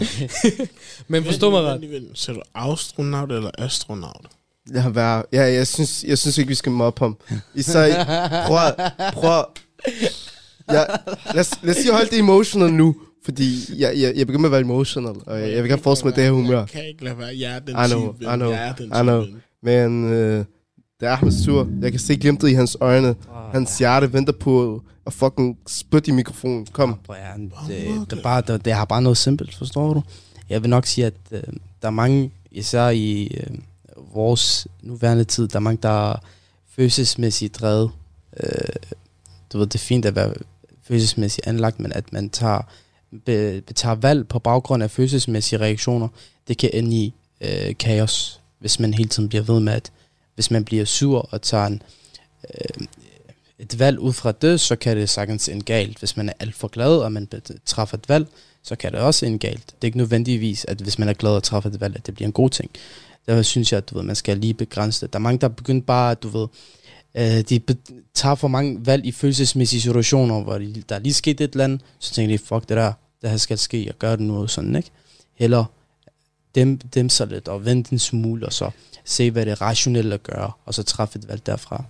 Men forstå mig ret. Så du astronaut eller astronaut? Jeg har været, ja, jeg synes, jeg synes ikke, vi skal mobbe ham. Især, prøv, prøv, ja, lad, lad os lige holde det emotional nu, fordi jeg, jeg, jeg begynder at være emotional, og jeg, jeg vil gerne fortsætte med det her humør. Jeg kan ikke lade være, jeg er den I know, type. I know, Jeg er den I know. type. Men øh, det er Ahmeds tur. Jeg kan se glimtet i hans øjne. Hans hjerte venter på at fucking spytte i mikrofonen. Kom. Ja, det, det, det, bare, det, det har bare noget simpelt, forstår du? Jeg vil nok sige, at øh, der er mange, især i øh, vores nuværende tid, der er mange, der er følelsesmæssigt drevet. Øh, du ved, det er fint at være følelsesmæssigt anlagt, men at man tager, be, tager valg på baggrund af følelsesmæssige reaktioner, det kan ende i øh, kaos, hvis man hele tiden bliver ved med, at hvis man bliver sur og tager en, øh, et valg ud fra det, så kan det sagtens ende galt. Hvis man er alt for glad, og man træffer et valg, så kan det også ende galt. Det er ikke nødvendigvis, at hvis man er glad og træffer et valg, at det bliver en god ting. Derfor synes jeg, at du ved, man skal lige begrænse det. Der er mange, der er begyndt bare, du ved, øh, de be- tager for mange valg i følelsesmæssige situationer, hvor de, der er lige sket et eller andet, så tænker de, fuck det der, det her skal ske, jeg gør det nu, sådan, ikke? Heller dem, dem så lidt, og vente en smule, og så se, hvad det er rationelt at gøre, og så træffe et valg derfra.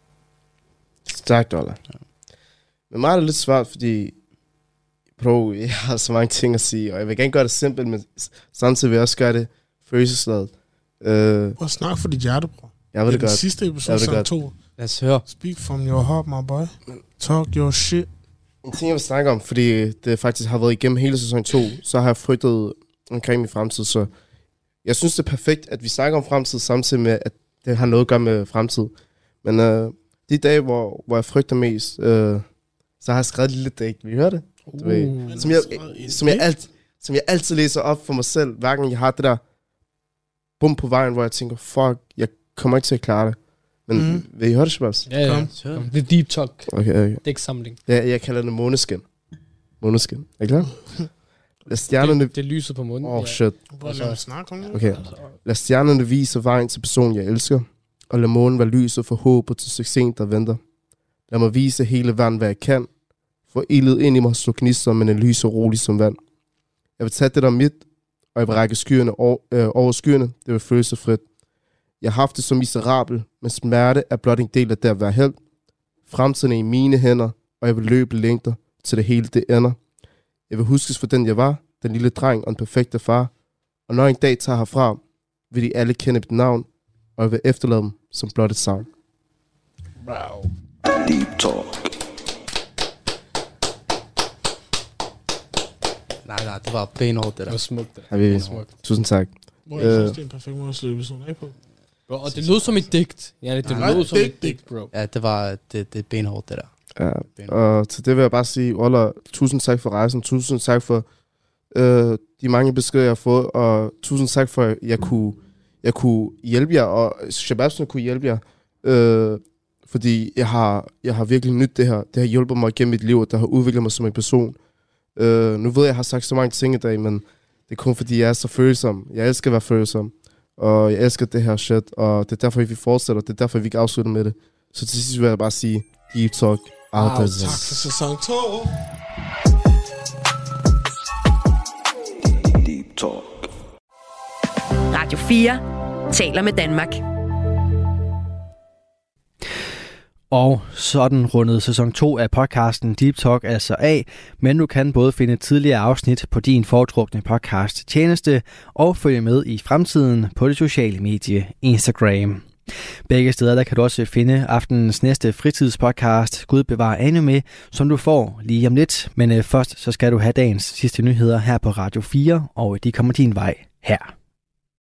Stærkt, Ola. Ja. Men mig er det lidt svært, fordi bro, jeg har så mange ting at sige, og jeg vil gerne gøre det simpelt, men samtidig vil jeg også gøre det følelsesladet. Uh, Prøv at snakke for dit hjerte, bro. Jeg ved det, det er godt. den sidste episode, sang to. Lad os høre. Speak from your heart, my boy. Talk your shit. En ting, jeg vil snakke om, fordi det faktisk har været igennem hele sæson to, så har jeg frygtet omkring min fremtid, så jeg synes, det er perfekt, at vi snakker om fremtid, samtidig med, at det har noget at gøre med fremtid. Men uh, de dage, hvor, hvor jeg frygter mest, uh, så har jeg skrevet et lille digt. Vil I høre det? Du ved, Uh. som, jeg, som, jeg alt, som jeg altid læser op for mig selv, hver gang jeg har det der bum på vejen, hvor jeg tænker, fuck, jeg kommer ikke til at klare det. Men mm. vil I høre det, Shababs? Ja, ja. Kom. Kom. Det er deep talk. Okay, okay. Dæksamling. Ja, jeg kalder det måneskin. Måneskin. Er I klar? Lad stjernerne... Det, det lyser på munden. Åh, oh, ja. shit. Prøv at lade mig snakke om det. Okay. Lad stjernerne vise vejen til personen, jeg elsker. Og lad månen være lyset for håbet til succesen, der venter. Lad mig vise hele verden, hvad jeg kan. For ildet ind i mig slå gnister, men en lys og rolig som vand. Jeg vil tage det der mit, og jeg vil række skyerne over, øh, over skyerne. Det vil føle sig frit. Jeg har haft det som miserabel, men smerte er blot en del af det at være held. Fremtiden er i mine hænder, og jeg vil løbe længder, til det hele det ender. Jeg vil huskes for den jeg var, den lille dreng og den perfekte far. Og når jeg en dag tager herfra, vil de alle kende mit navn, og jeg vil efterlade dem som blot et savn. Wow. Deep Talk. Nej, nej, det var benhårdt, det Det der. var smukt. Det. Har vi- Det var smukt. Tusind tak. Bro, jeg synes, det er en perfekt måde at slutte episoden af på. Bro, og det lød som et digt. Ja, det Nej, lød som digt, et digt, bro. Ja, det var, det, det er benhårdt, det der. Ja, Benhårdt. og til det vil jeg bare sige, Ola, tusind tak for rejsen, tusind tak for øh, de mange beskeder, jeg har fået, og tusind tak for, at jeg kunne, jeg kunne hjælpe jer, og Shababsene kunne hjælpe jer, øh, fordi jeg har, jeg har virkelig nydt det her. Det har hjulpet mig gennem mit liv, og det har udviklet mig som en person. Øh, nu ved jeg, at jeg har sagt så mange ting i dag, men det er kun fordi, jeg er så følsom. Jeg elsker at være følsom, og jeg elsker det her shit, og det er derfor, vi fortsætter, det er derfor, vi ikke afslutter med det. Så til sidst vil jeg bare sige, Deep Talk, out Wow, of Tak for sæson to. Deep Talk. Radio fire taler med Danmark. Og sådan rundede sæson to af podcasten Deep Talk altså af, men du kan både finde tidligere afsnit på din foretrukne podcast tjeneste og følge med i fremtiden på det sociale medie Instagram. Begge steder der kan du også finde aftenens næste fritidspodcast, Gud bevarer anime, som du får lige om lidt. Men først så skal du have dagens sidste nyheder her på Radio fire, og de kommer din vej her.